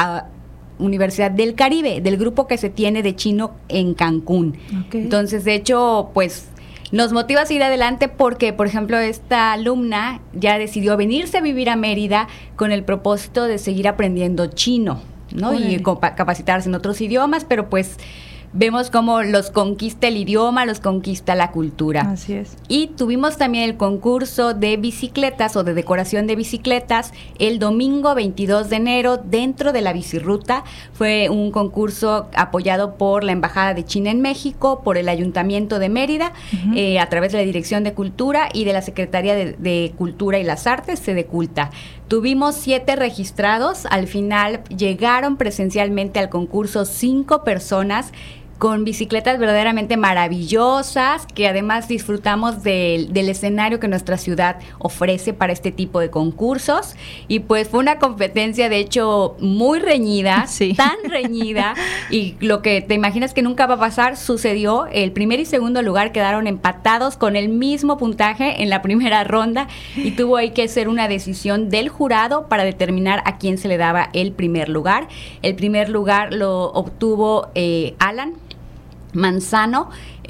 Universidad del Caribe, del grupo que se tiene de chino en Cancún. Okay. Entonces, de hecho, pues nos motiva a seguir adelante porque, por ejemplo, esta alumna ya decidió venirse a vivir a Mérida con el propósito de seguir aprendiendo chino, ¿no? Y capacitarse en otros idiomas, pero pues vemos cómo los conquista el idioma, los conquista la cultura.
Así es.
Y tuvimos también el concurso de bicicletas o de decoración de bicicletas el domingo 22 de enero dentro de la bicirruta. Fue un concurso apoyado por la Embajada de China en México, por el Ayuntamiento de Mérida, a través de la Dirección de Cultura y de la Secretaría de Cultura y las Artes, Sedeculta. Tuvimos 7 registrados, al final llegaron presencialmente al concurso 5 personas con bicicletas verdaderamente maravillosas, que además disfrutamos del escenario que nuestra ciudad ofrece para este tipo de concursos. Y pues fue una competencia, de hecho, muy reñida, tan reñida, y lo que te imaginas que nunca va a pasar, sucedió. El primer y segundo lugar quedaron empatados con el mismo puntaje en la primera ronda, y tuvo ahí que ser una decisión del jurado para determinar a quién se le daba el primer lugar. El primer lugar lo obtuvo Alan Manzano,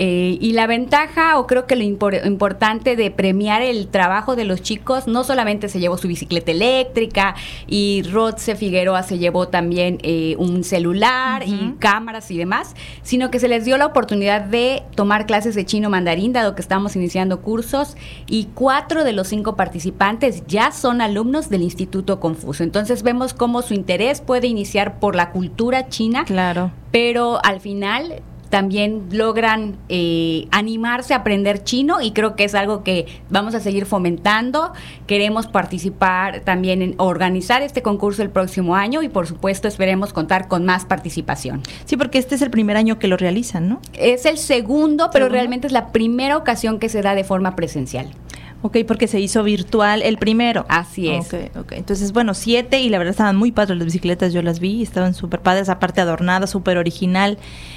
y la ventaja, o creo que lo importante de premiar el trabajo de los chicos, no solamente se llevó su bicicleta eléctrica, y Rodce Figueroa se llevó también un celular y cámaras y demás, sino que se les dio la oportunidad de tomar clases de chino mandarín, dado que estamos iniciando cursos, y 4 de los 5 participantes ya son alumnos del Instituto Confucio. Entonces vemos cómo su interés puede iniciar por la cultura china,
claro,
pero al final también logran animarse a aprender chino, y creo que es algo que vamos a seguir fomentando. Queremos participar también en organizar este concurso el próximo año, y por supuesto esperemos contar con más participación.
Sí, porque este es el primer año que lo realizan, ¿no?
Es el segundo, pero realmente es la primera ocasión que se da de forma presencial.
Ok, porque se hizo virtual el primero.
Así es.
Ok. Entonces, bueno, 7, y la verdad estaban muy padres las bicicletas, yo las vi, estaban súper padres, aparte adornadas, súper original.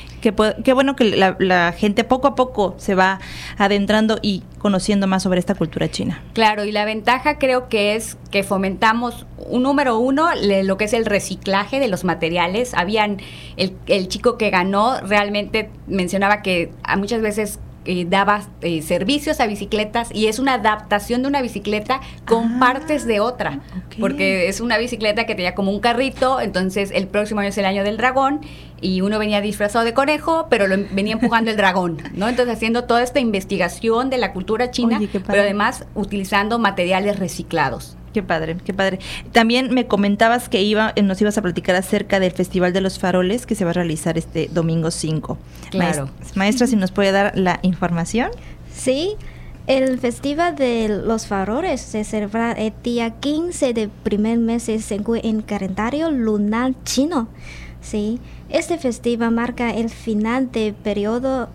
Qué bueno que la gente poco a poco se va adentrando y conociendo más sobre esta cultura china.
Claro, y la ventaja creo que es que fomentamos, número uno, lo que es el reciclaje de los materiales. El chico que ganó realmente mencionaba que muchas veces daba servicios a bicicletas, y es una adaptación de una bicicleta con partes de otra, porque es una bicicleta que tenía como un carrito. Entonces el próximo año es el año del dragón, y uno venía disfrazado de conejo, pero lo venía empujando el dragón, ¿no? Entonces haciendo toda esta investigación de la cultura china, pero además utilizando materiales reciclados.
Qué padre, qué padre. También me comentabas que nos ibas a platicar acerca del Festival de los Faroles, que se va a realizar este domingo 5.
Claro.
Maestra, ¿si nos puede dar la información?
Sí, el Festival de los Faroles se celebra el día 15 del primer mes según el calendario lunar chino. Sí, este festival marca el final del periodo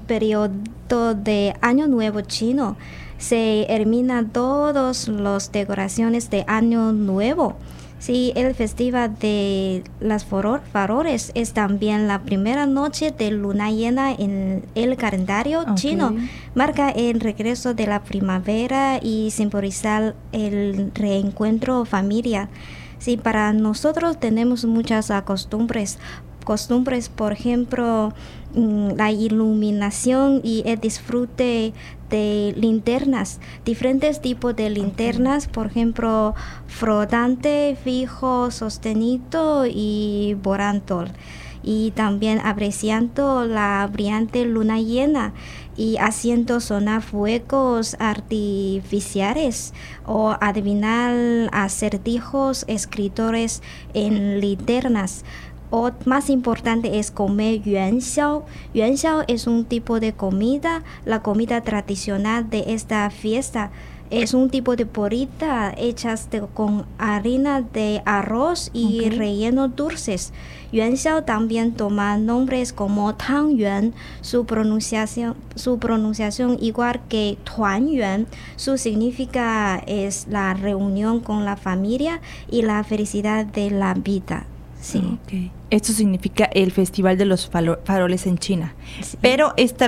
de Año Nuevo chino. Se eliminan todas las decoraciones de Año Nuevo. Sí, el Festival de las Faroles es también la primera noche de luna llena en el calendario chino. Marca el regreso de la primavera y simboliza el reencuentro familiar. Sí, para nosotros tenemos muchas costumbres, por ejemplo, la iluminación y el disfrute de linternas, diferentes tipos de linternas, por ejemplo, flotante, fijo, sostenido y volante. Y también apreciando la brillante luna llena y haciendo sonar fuegos artificiales o adivinar acertijos escritores en linternas. O más importante es comer yuanxiao. Yuanxiao es un tipo de comida, la comida tradicional de esta fiesta. Es un tipo de porrita hechas con harina de arroz y rellenos dulces. Yuanxiao también toma nombres como tangyuan, su pronunciación igual que tuanyuan. Su significa es la reunión con la familia y la felicidad de la vida. Sí.
Esto significa el Festival de los Faroles en China. Sí. Pero esta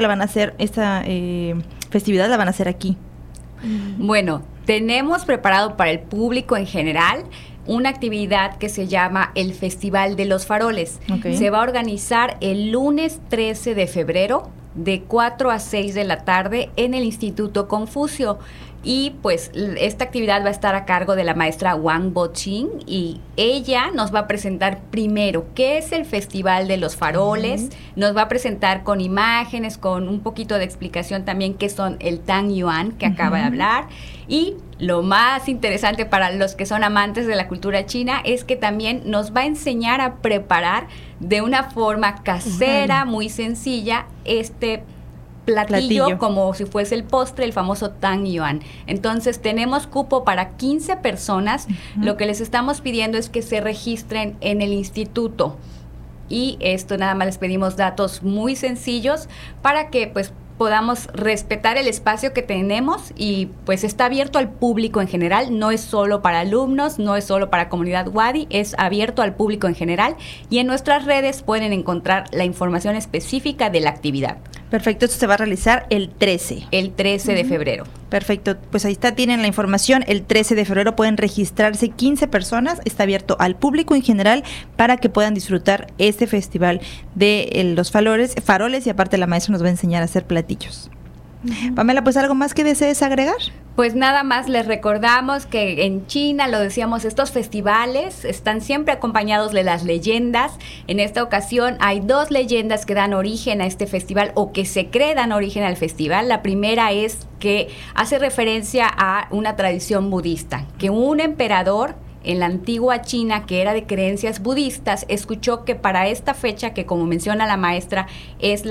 festividad la van a hacer aquí.
Bueno, tenemos preparado para el público en general una actividad que se llama el Festival de los Faroles. Se va a organizar el lunes 13 de febrero de 4 a 6 de la tarde en el Instituto Confucio. Y pues esta actividad va a estar a cargo de la maestra Wang Bo-ching y ella nos va a presentar primero qué es el Festival de los Faroles, nos va a presentar con imágenes, con un poquito de explicación también qué son el Tang Yuan que acaba de hablar, y lo más interesante para los que son amantes de la cultura china es que también nos va a enseñar a preparar de una forma casera, muy sencilla, este platillo como si fuese el postre, el famoso Tang Yuan. Entonces tenemos cupo para 15 personas. Lo que les estamos pidiendo es que se registren en el instituto. Y esto nada más les pedimos datos muy sencillos para que pues podamos respetar el espacio que tenemos, y pues está abierto al público en general, no es solo para alumnos, no es solo para comunidad Wadi, es abierto al público en general, y en nuestras redes pueden encontrar la información específica de la actividad.
Perfecto, esto se va a realizar el 13.
El 13 de febrero.
Perfecto, pues ahí está, tienen la información. El 13 de febrero pueden registrarse 15 personas, está abierto al público en general para que puedan disfrutar este festival de los faroles, y aparte la maestra nos va a enseñar a hacer platillos. Pamela, pues algo más que desees agregar.
Pues nada más les recordamos que en China, lo decíamos, estos festivales están siempre acompañados de las leyendas. En esta ocasión hay 2 leyendas que dan origen a este festival, o que se cree dan origen al festival. La primera es que hace referencia a una tradición budista, que un emperador en la antigua China, que era de creencias budistas, escuchó que para esta fecha, que como menciona la maestra, es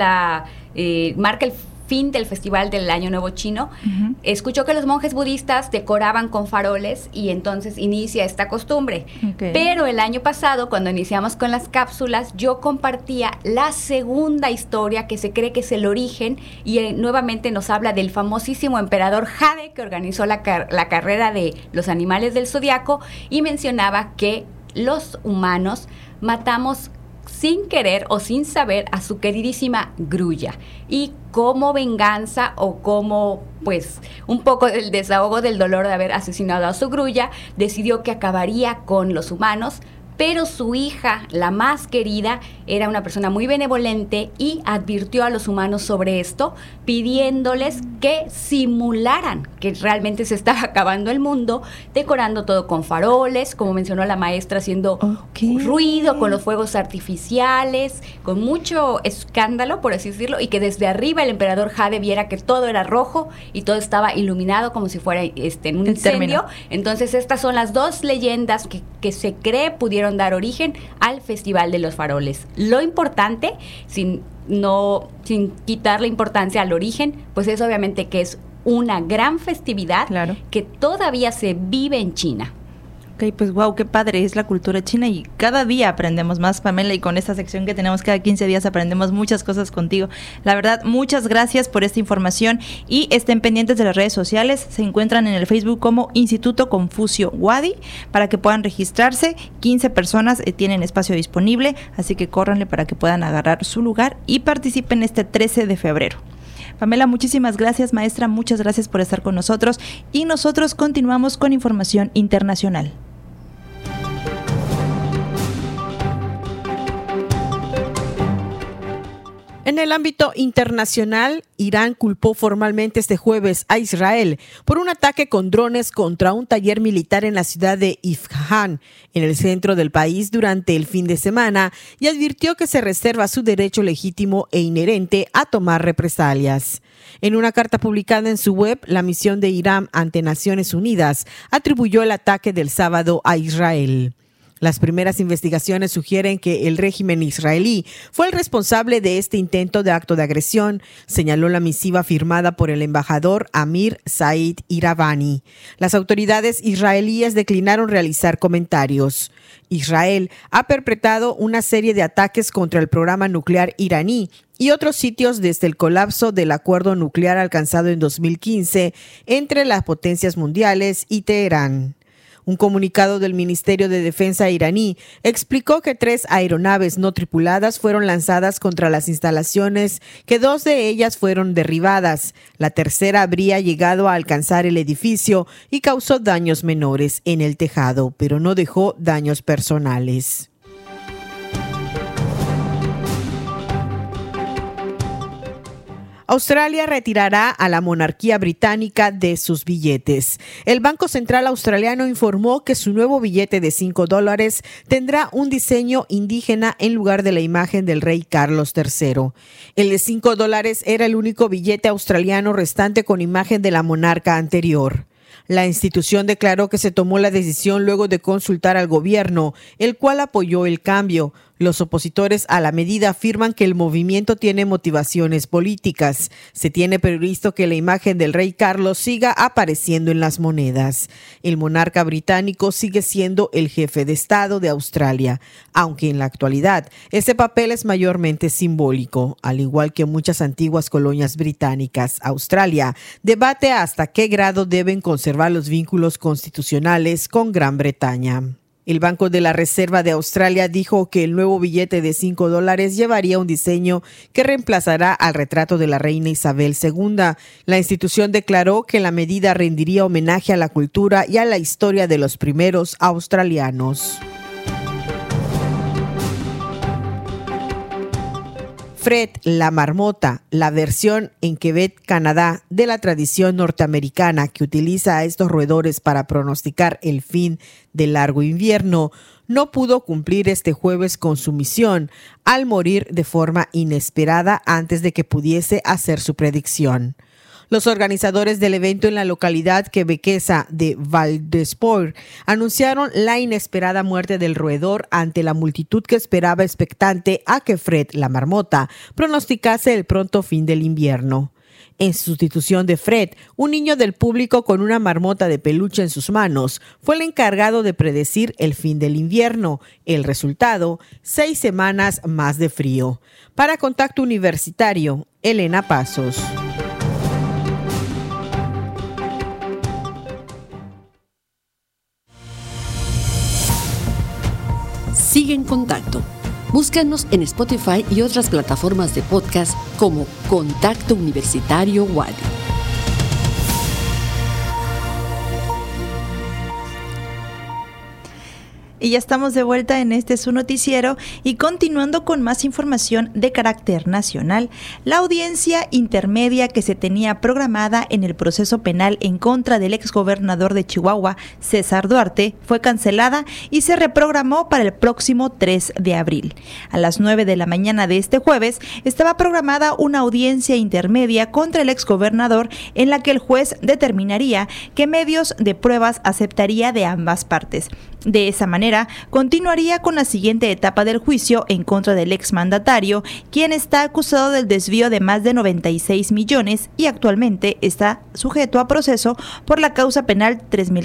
marca el fin del festival del Año Nuevo Chino, escuchó que los monjes budistas decoraban con faroles, y entonces inicia esta costumbre. Pero el año pasado, cuando iniciamos con las cápsulas, yo compartía la segunda historia, que se cree que es el origen, y nuevamente nos habla del famosísimo emperador Jade, que organizó la carrera de los animales del zodiaco, y mencionaba que los humanos matamos sin querer o sin saber a su queridísima grulla, y como venganza, o como pues un poco del desahogo del dolor de haber asesinado a su grulla, decidió que acabaría con los humanos. Pero su hija, la más querida, era una persona muy benevolente y advirtió a los humanos sobre esto, pidiéndoles que simularan que realmente se estaba acabando el mundo, decorando todo con faroles, como mencionó la maestra, haciendo ruido con los fuegos artificiales, con mucho escándalo, por así decirlo, y que desde arriba el emperador Jade viera que todo era rojo y todo estaba iluminado como si fuera en un incendio. Entonces estas son las 2 leyendas que se cree pudieron dar origen al Festival de los Faroles. Lo importante, sin quitarle importancia al origen, pues es obviamente que es una gran festividad que todavía se vive en China.
Ok, pues wow, qué padre es la cultura china, y cada día aprendemos más, Pamela, y con esta sección que tenemos cada 15 días aprendemos muchas cosas contigo. La verdad, muchas gracias por esta información, y estén pendientes de las redes sociales. Se encuentran en el Facebook como Instituto Confucio Wadi para que puedan registrarse. 15 personas tienen espacio disponible, así que córranle para que puedan agarrar su lugar y participen este 13 de febrero. Pamela, muchísimas gracias, maestra, muchas gracias por estar con nosotros, y nosotros continuamos con información internacional.
En el ámbito internacional, Irán culpó formalmente este jueves a Israel por un ataque con drones contra un taller militar en la ciudad de Isfahan, en el centro del país, durante el fin de semana, y advirtió que se reserva su derecho legítimo e inherente a tomar represalias. En una carta publicada en su web, la misión de Irán ante Naciones Unidas atribuyó el ataque del sábado a Israel. Las primeras investigaciones sugieren que el régimen israelí fue el responsable de este intento de acto de agresión, señaló la misiva firmada por el embajador Amir Said Iravani. Las autoridades israelíes declinaron realizar comentarios. Israel ha perpetrado una serie de ataques contra el programa nuclear iraní y otros sitios desde el colapso del acuerdo nuclear alcanzado en 2015 entre las potencias mundiales y Teherán. Un comunicado del Ministerio de Defensa iraní explicó que 3 aeronaves no tripuladas fueron lanzadas contra las instalaciones, que 2 de ellas fueron derribadas. La tercera habría llegado a alcanzar el edificio y causó daños menores en el tejado, pero no dejó daños personales. Australia retirará a la monarquía británica de sus billetes. El Banco Central Australiano informó que su nuevo billete de $5 tendrá un diseño indígena en lugar de la imagen del rey Carlos III. El de $5 era el único billete australiano restante con imagen de la monarca anterior. La institución declaró que se tomó la decisión luego de consultar al gobierno, el cual apoyó el cambio. Los opositores a la medida afirman que el movimiento tiene motivaciones políticas. Se tiene previsto que la imagen del rey Carlos siga apareciendo en las monedas. El monarca británico sigue siendo el jefe de Estado de Australia, aunque en la actualidad ese papel es mayormente simbólico. Al igual que muchas antiguas colonias británicas, Australia debate hasta qué grado deben conservar los vínculos constitucionales con Gran Bretaña. El Banco de la Reserva de Australia dijo que el nuevo billete de $5 llevaría un diseño que reemplazará al retrato de la reina Isabel II. La institución declaró que la medida rendiría homenaje a la cultura y a la historia de los primeros australianos. Fred la marmota, la versión en Quebec, Canadá, de la tradición norteamericana que utiliza a estos roedores para pronosticar el fin del largo invierno, no pudo cumplir este jueves con su misión al morir de forma inesperada antes de que pudiese hacer su predicción. Los organizadores del evento en la localidad quebequesa de Val-d'Espoir anunciaron la inesperada muerte del roedor ante la multitud que esperaba expectante a que Fred la marmota pronosticase el pronto fin del invierno. En sustitución de Fred, un niño del público con una marmota de peluche en sus manos fue el encargado de predecir el fin del invierno. El resultado, 6 semanas más de frío. Para Contacto Universitario, Elena Pasos.
Sigue en contacto. Búscanos en Spotify y otras plataformas de podcast como Contacto Universitario Wadi.
Y ya estamos de vuelta en este su noticiero y continuando con más información de carácter nacional, la audiencia intermedia que se tenía programada en el proceso penal en contra del exgobernador de Chihuahua, César Duarte, fue cancelada y se reprogramó para el próximo 3 de abril. A las 9 de la mañana de este jueves estaba programada una audiencia intermedia contra el exgobernador en la que el juez determinaría qué medios de pruebas aceptaría de ambas partes. De esa manera, continuaría con la siguiente etapa del juicio en contra del exmandatario, quien está acusado del desvío de más de 96 millones y actualmente está sujeto a proceso por la causa penal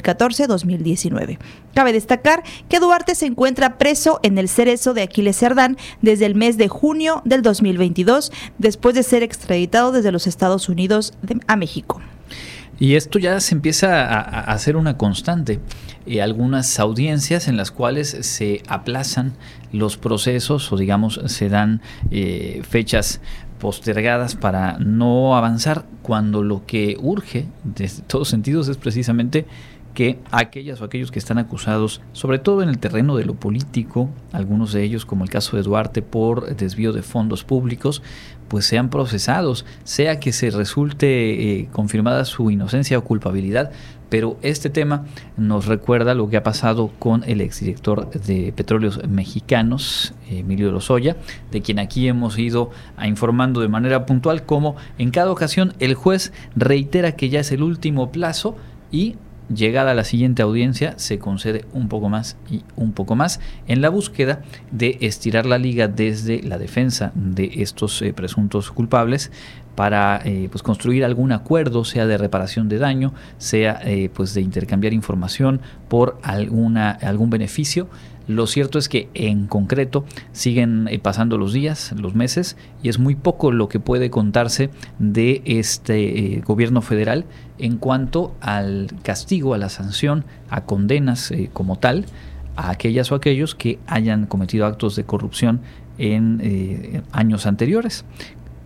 3014-2019. Cabe destacar que Duarte se encuentra preso en el Cerezo de Aquiles Cerdán desde el mes de junio del 2022, después de ser extraditado desde los Estados Unidos a México.
Y esto ya se empieza a hacer una constante. Algunas audiencias en las cuales se aplazan los procesos o digamos se dan fechas postergadas para no avanzar, cuando lo que urge desde todos sentidos es precisamente que aquellas o aquellos que están acusados, sobre todo en el terreno de lo político, algunos de ellos, como el caso de Duarte, por desvío de fondos públicos, pues sean procesados, sea que se resulte confirmada su inocencia o culpabilidad. Pero este tema nos recuerda lo que ha pasado con el exdirector de Petróleos Mexicanos, Emilio Lozoya, de quien aquí hemos ido informando de manera puntual, como en cada ocasión el juez reitera que ya es el último plazo y llegada a la siguiente audiencia se concede un poco más y un poco más en la búsqueda de estirar la liga desde la defensa de estos presuntos culpables para pues construir algún acuerdo, sea de reparación de daño, sea pues de intercambiar información por algún beneficio. Lo cierto es que en concreto siguen pasando los días, los meses, y es muy poco lo que puede contarse de este gobierno federal en cuanto al castigo, a la sanción, a condenas como tal, a aquellas o aquellos que hayan cometido actos de corrupción en años anteriores.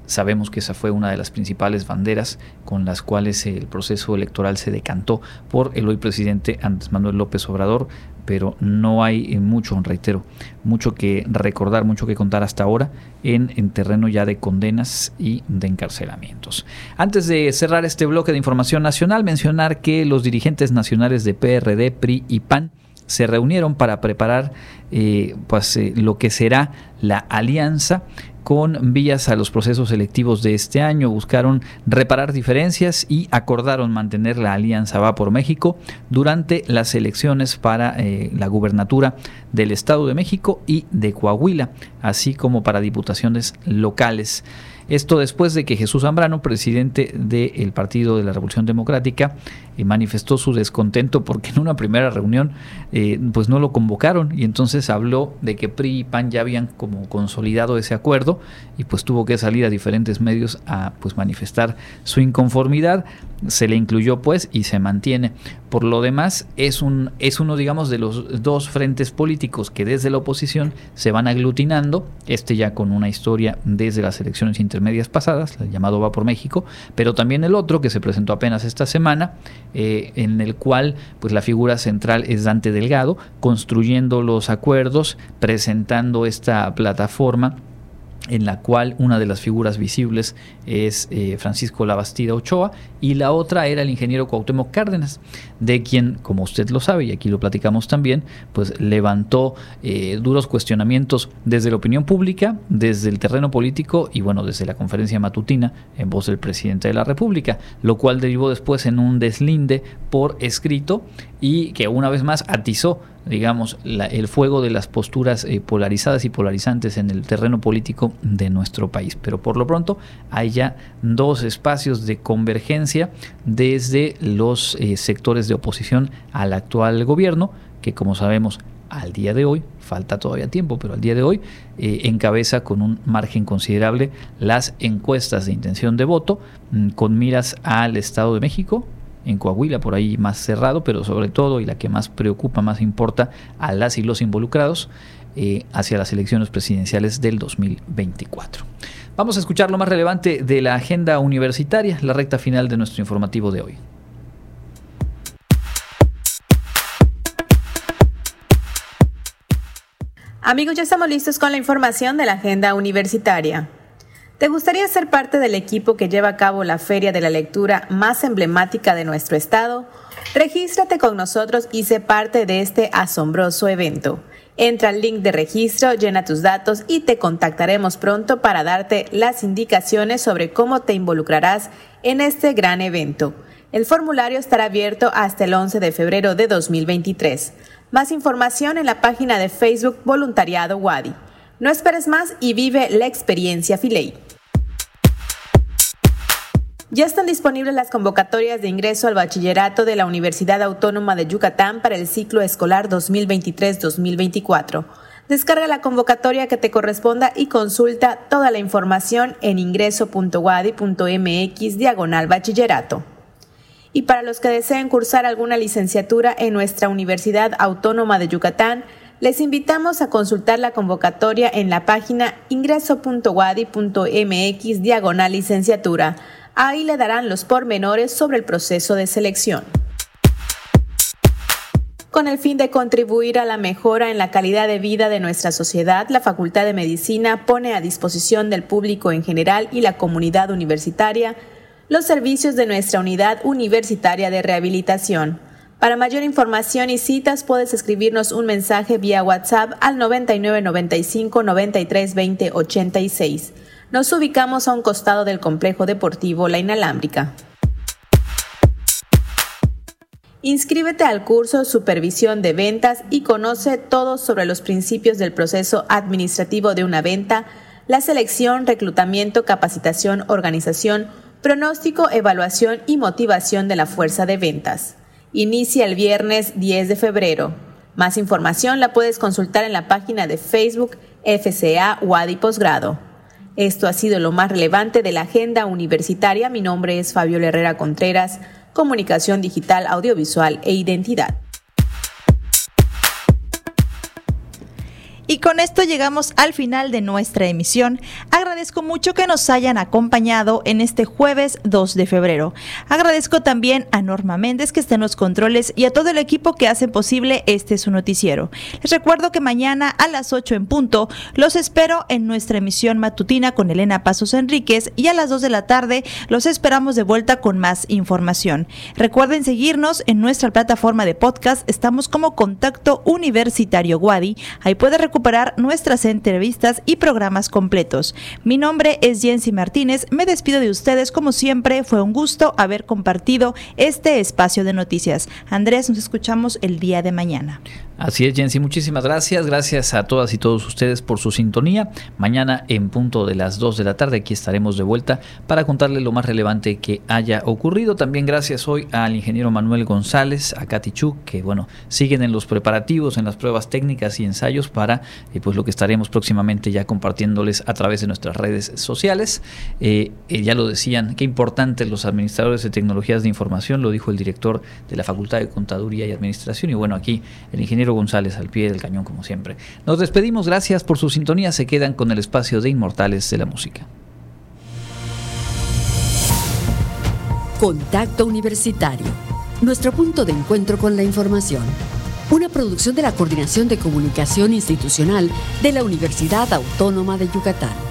Sabemos que esa fue una de las principales banderas con las cuales el proceso electoral se decantó por el hoy presidente Andrés Manuel López Obrador, pero no hay mucho, reitero, mucho que recordar, mucho que contar hasta ahora en terreno ya de condenas y de encarcelamientos. Antes de cerrar este bloque de información nacional, mencionar que los dirigentes nacionales de PRD, PRI y PAN se reunieron para preparar lo que será la alianza con vías a los procesos electivos de este año. Buscaron reparar diferencias y acordaron mantener la alianza Va por México durante las elecciones para la gubernatura del Estado de México y de Coahuila, así como para diputaciones locales. Esto después de que Jesús Zambrano, presidente del Partido de la Revolución Democrática, manifestó su descontento porque en una primera reunión pues no lo convocaron, y entonces habló de que PRI y PAN ya habían como consolidado ese acuerdo y pues tuvo que salir a diferentes medios a pues manifestar su inconformidad. Se le incluyó pues y se mantiene. Por lo demás es uno, digamos, de los dos frentes políticos que desde la oposición se van aglutinando, ya con una historia desde las elecciones intermedias pasadas, el llamado Va por México, pero también el otro que se presentó apenas esta semana, en el cual pues la figura central es Dante Delgado, construyendo los acuerdos, presentando esta plataforma en la cual una de las figuras visibles es Francisco Labastida Ochoa, y la otra era el ingeniero Cuauhtémoc Cárdenas, de quien, como usted lo sabe y aquí lo platicamos también, pues levantó duros cuestionamientos desde la opinión pública, desde el terreno político y bueno, desde la conferencia matutina en voz del presidente de la República, lo cual derivó después en un deslinde por escrito y que una vez más atizó, digamos, el fuego de las posturas polarizadas y polarizantes en el terreno político de nuestro país. Pero por lo pronto hay ya dos espacios de convergencia desde los sectores de oposición al actual gobierno, que como sabemos al día de hoy, falta todavía tiempo, pero al día de hoy encabeza con un margen considerable las encuestas de intención de voto, con miras al Estado de México, en Coahuila por ahí más cerrado, pero sobre todo, y la que más preocupa, más importa a las y los involucrados, hacia las elecciones presidenciales del 2024. Vamos a escuchar lo más relevante de la agenda universitaria, la recta final de nuestro informativo de hoy.
Amigos, ya estamos listos con la información de la agenda universitaria. ¿Te gustaría ser parte del equipo que lleva a cabo la feria de la lectura más emblemática de nuestro estado? Regístrate con nosotros y sé parte de este asombroso evento. Entra al link de registro, llena tus datos y te contactaremos pronto para darte las indicaciones sobre cómo te involucrarás en este gran evento. El formulario estará abierto hasta el 11 de febrero de 2023. Más información en la página de Facebook Voluntariado UADY. No esperes más y vive la experiencia Filey. Ya están disponibles las convocatorias de ingreso al bachillerato de la Universidad Autónoma de Yucatán para el ciclo escolar 2023-2024. Descarga la convocatoria que te corresponda y consulta toda la información en ingreso.wadi.mx/bachillerato. Y para los que deseen cursar alguna licenciatura en nuestra Universidad Autónoma de Yucatán, les invitamos a consultar la convocatoria en la página ingreso.wadi.mx/licenciatura. Ahí le darán los pormenores sobre el proceso de selección. Con el fin de contribuir a la mejora en la calidad de vida de nuestra sociedad, la Facultad de Medicina pone a disposición del público en general y la comunidad universitaria los servicios de nuestra Unidad Universitaria de Rehabilitación. Para mayor información y citas puedes escribirnos un mensaje vía WhatsApp al 9995 93 20 86. Nos ubicamos a un costado del complejo deportivo La Inalámbrica. Inscríbete al curso Supervisión de Ventas y conoce todo sobre los principios del proceso administrativo de una venta, la selección, reclutamiento, capacitación, organización, pronóstico, evaluación y motivación de la fuerza de ventas. Inicia el viernes 10 de febrero. Más información la puedes consultar en la página de Facebook FCA UADY Posgrado. Esto ha sido lo más relevante de la agenda universitaria. Mi nombre es Fabiola Herrera Contreras, Comunicación Digital, Audiovisual e Identidad.
Y con esto llegamos al final de nuestra emisión. Agradezco mucho que nos hayan acompañado en este jueves 2 de febrero. Agradezco también a Norma Méndez, que está en los controles, y a todo el equipo que hace posible su noticiero. Les recuerdo que mañana a las 8 en punto los espero en nuestra emisión matutina con Elena Pasos Enríquez, y a las 2 de la tarde los esperamos de vuelta con más información. Recuerden seguirnos en nuestra plataforma de podcast. Estamos como Contacto Universitario Wadi. Ahí puede recuperar nuestras entrevistas y programas completos. Mi nombre es Jensi Martínez. Me despido de ustedes como siempre. Fue un gusto haber compartido este espacio de noticias. Andrés, nos escuchamos el día de mañana.
Así es, Jensi, muchísimas gracias. Gracias a todas y todos ustedes por su sintonía. Mañana en punto de las 2 de la tarde aquí estaremos de vuelta para contarles lo más relevante que haya ocurrido. También gracias hoy al ingeniero Manuel González, a Katy Chu, que siguen en los preparativos, en las pruebas técnicas y ensayos para pues lo que estaremos próximamente ya compartiéndoles a través de nuestras redes sociales. Ya lo decían, qué importantes los administradores de tecnologías de información, lo dijo el director de la Facultad de Contaduría y Administración, y bueno, aquí el ingeniero González al pie del cañón como siempre. Nos despedimos, gracias por su sintonía, se quedan con el espacio de Inmortales de la Música.
Contacto Universitario, nuestro punto de encuentro con la información. Una producción de la Coordinación de Comunicación Institucional de la Universidad Autónoma de Yucatán.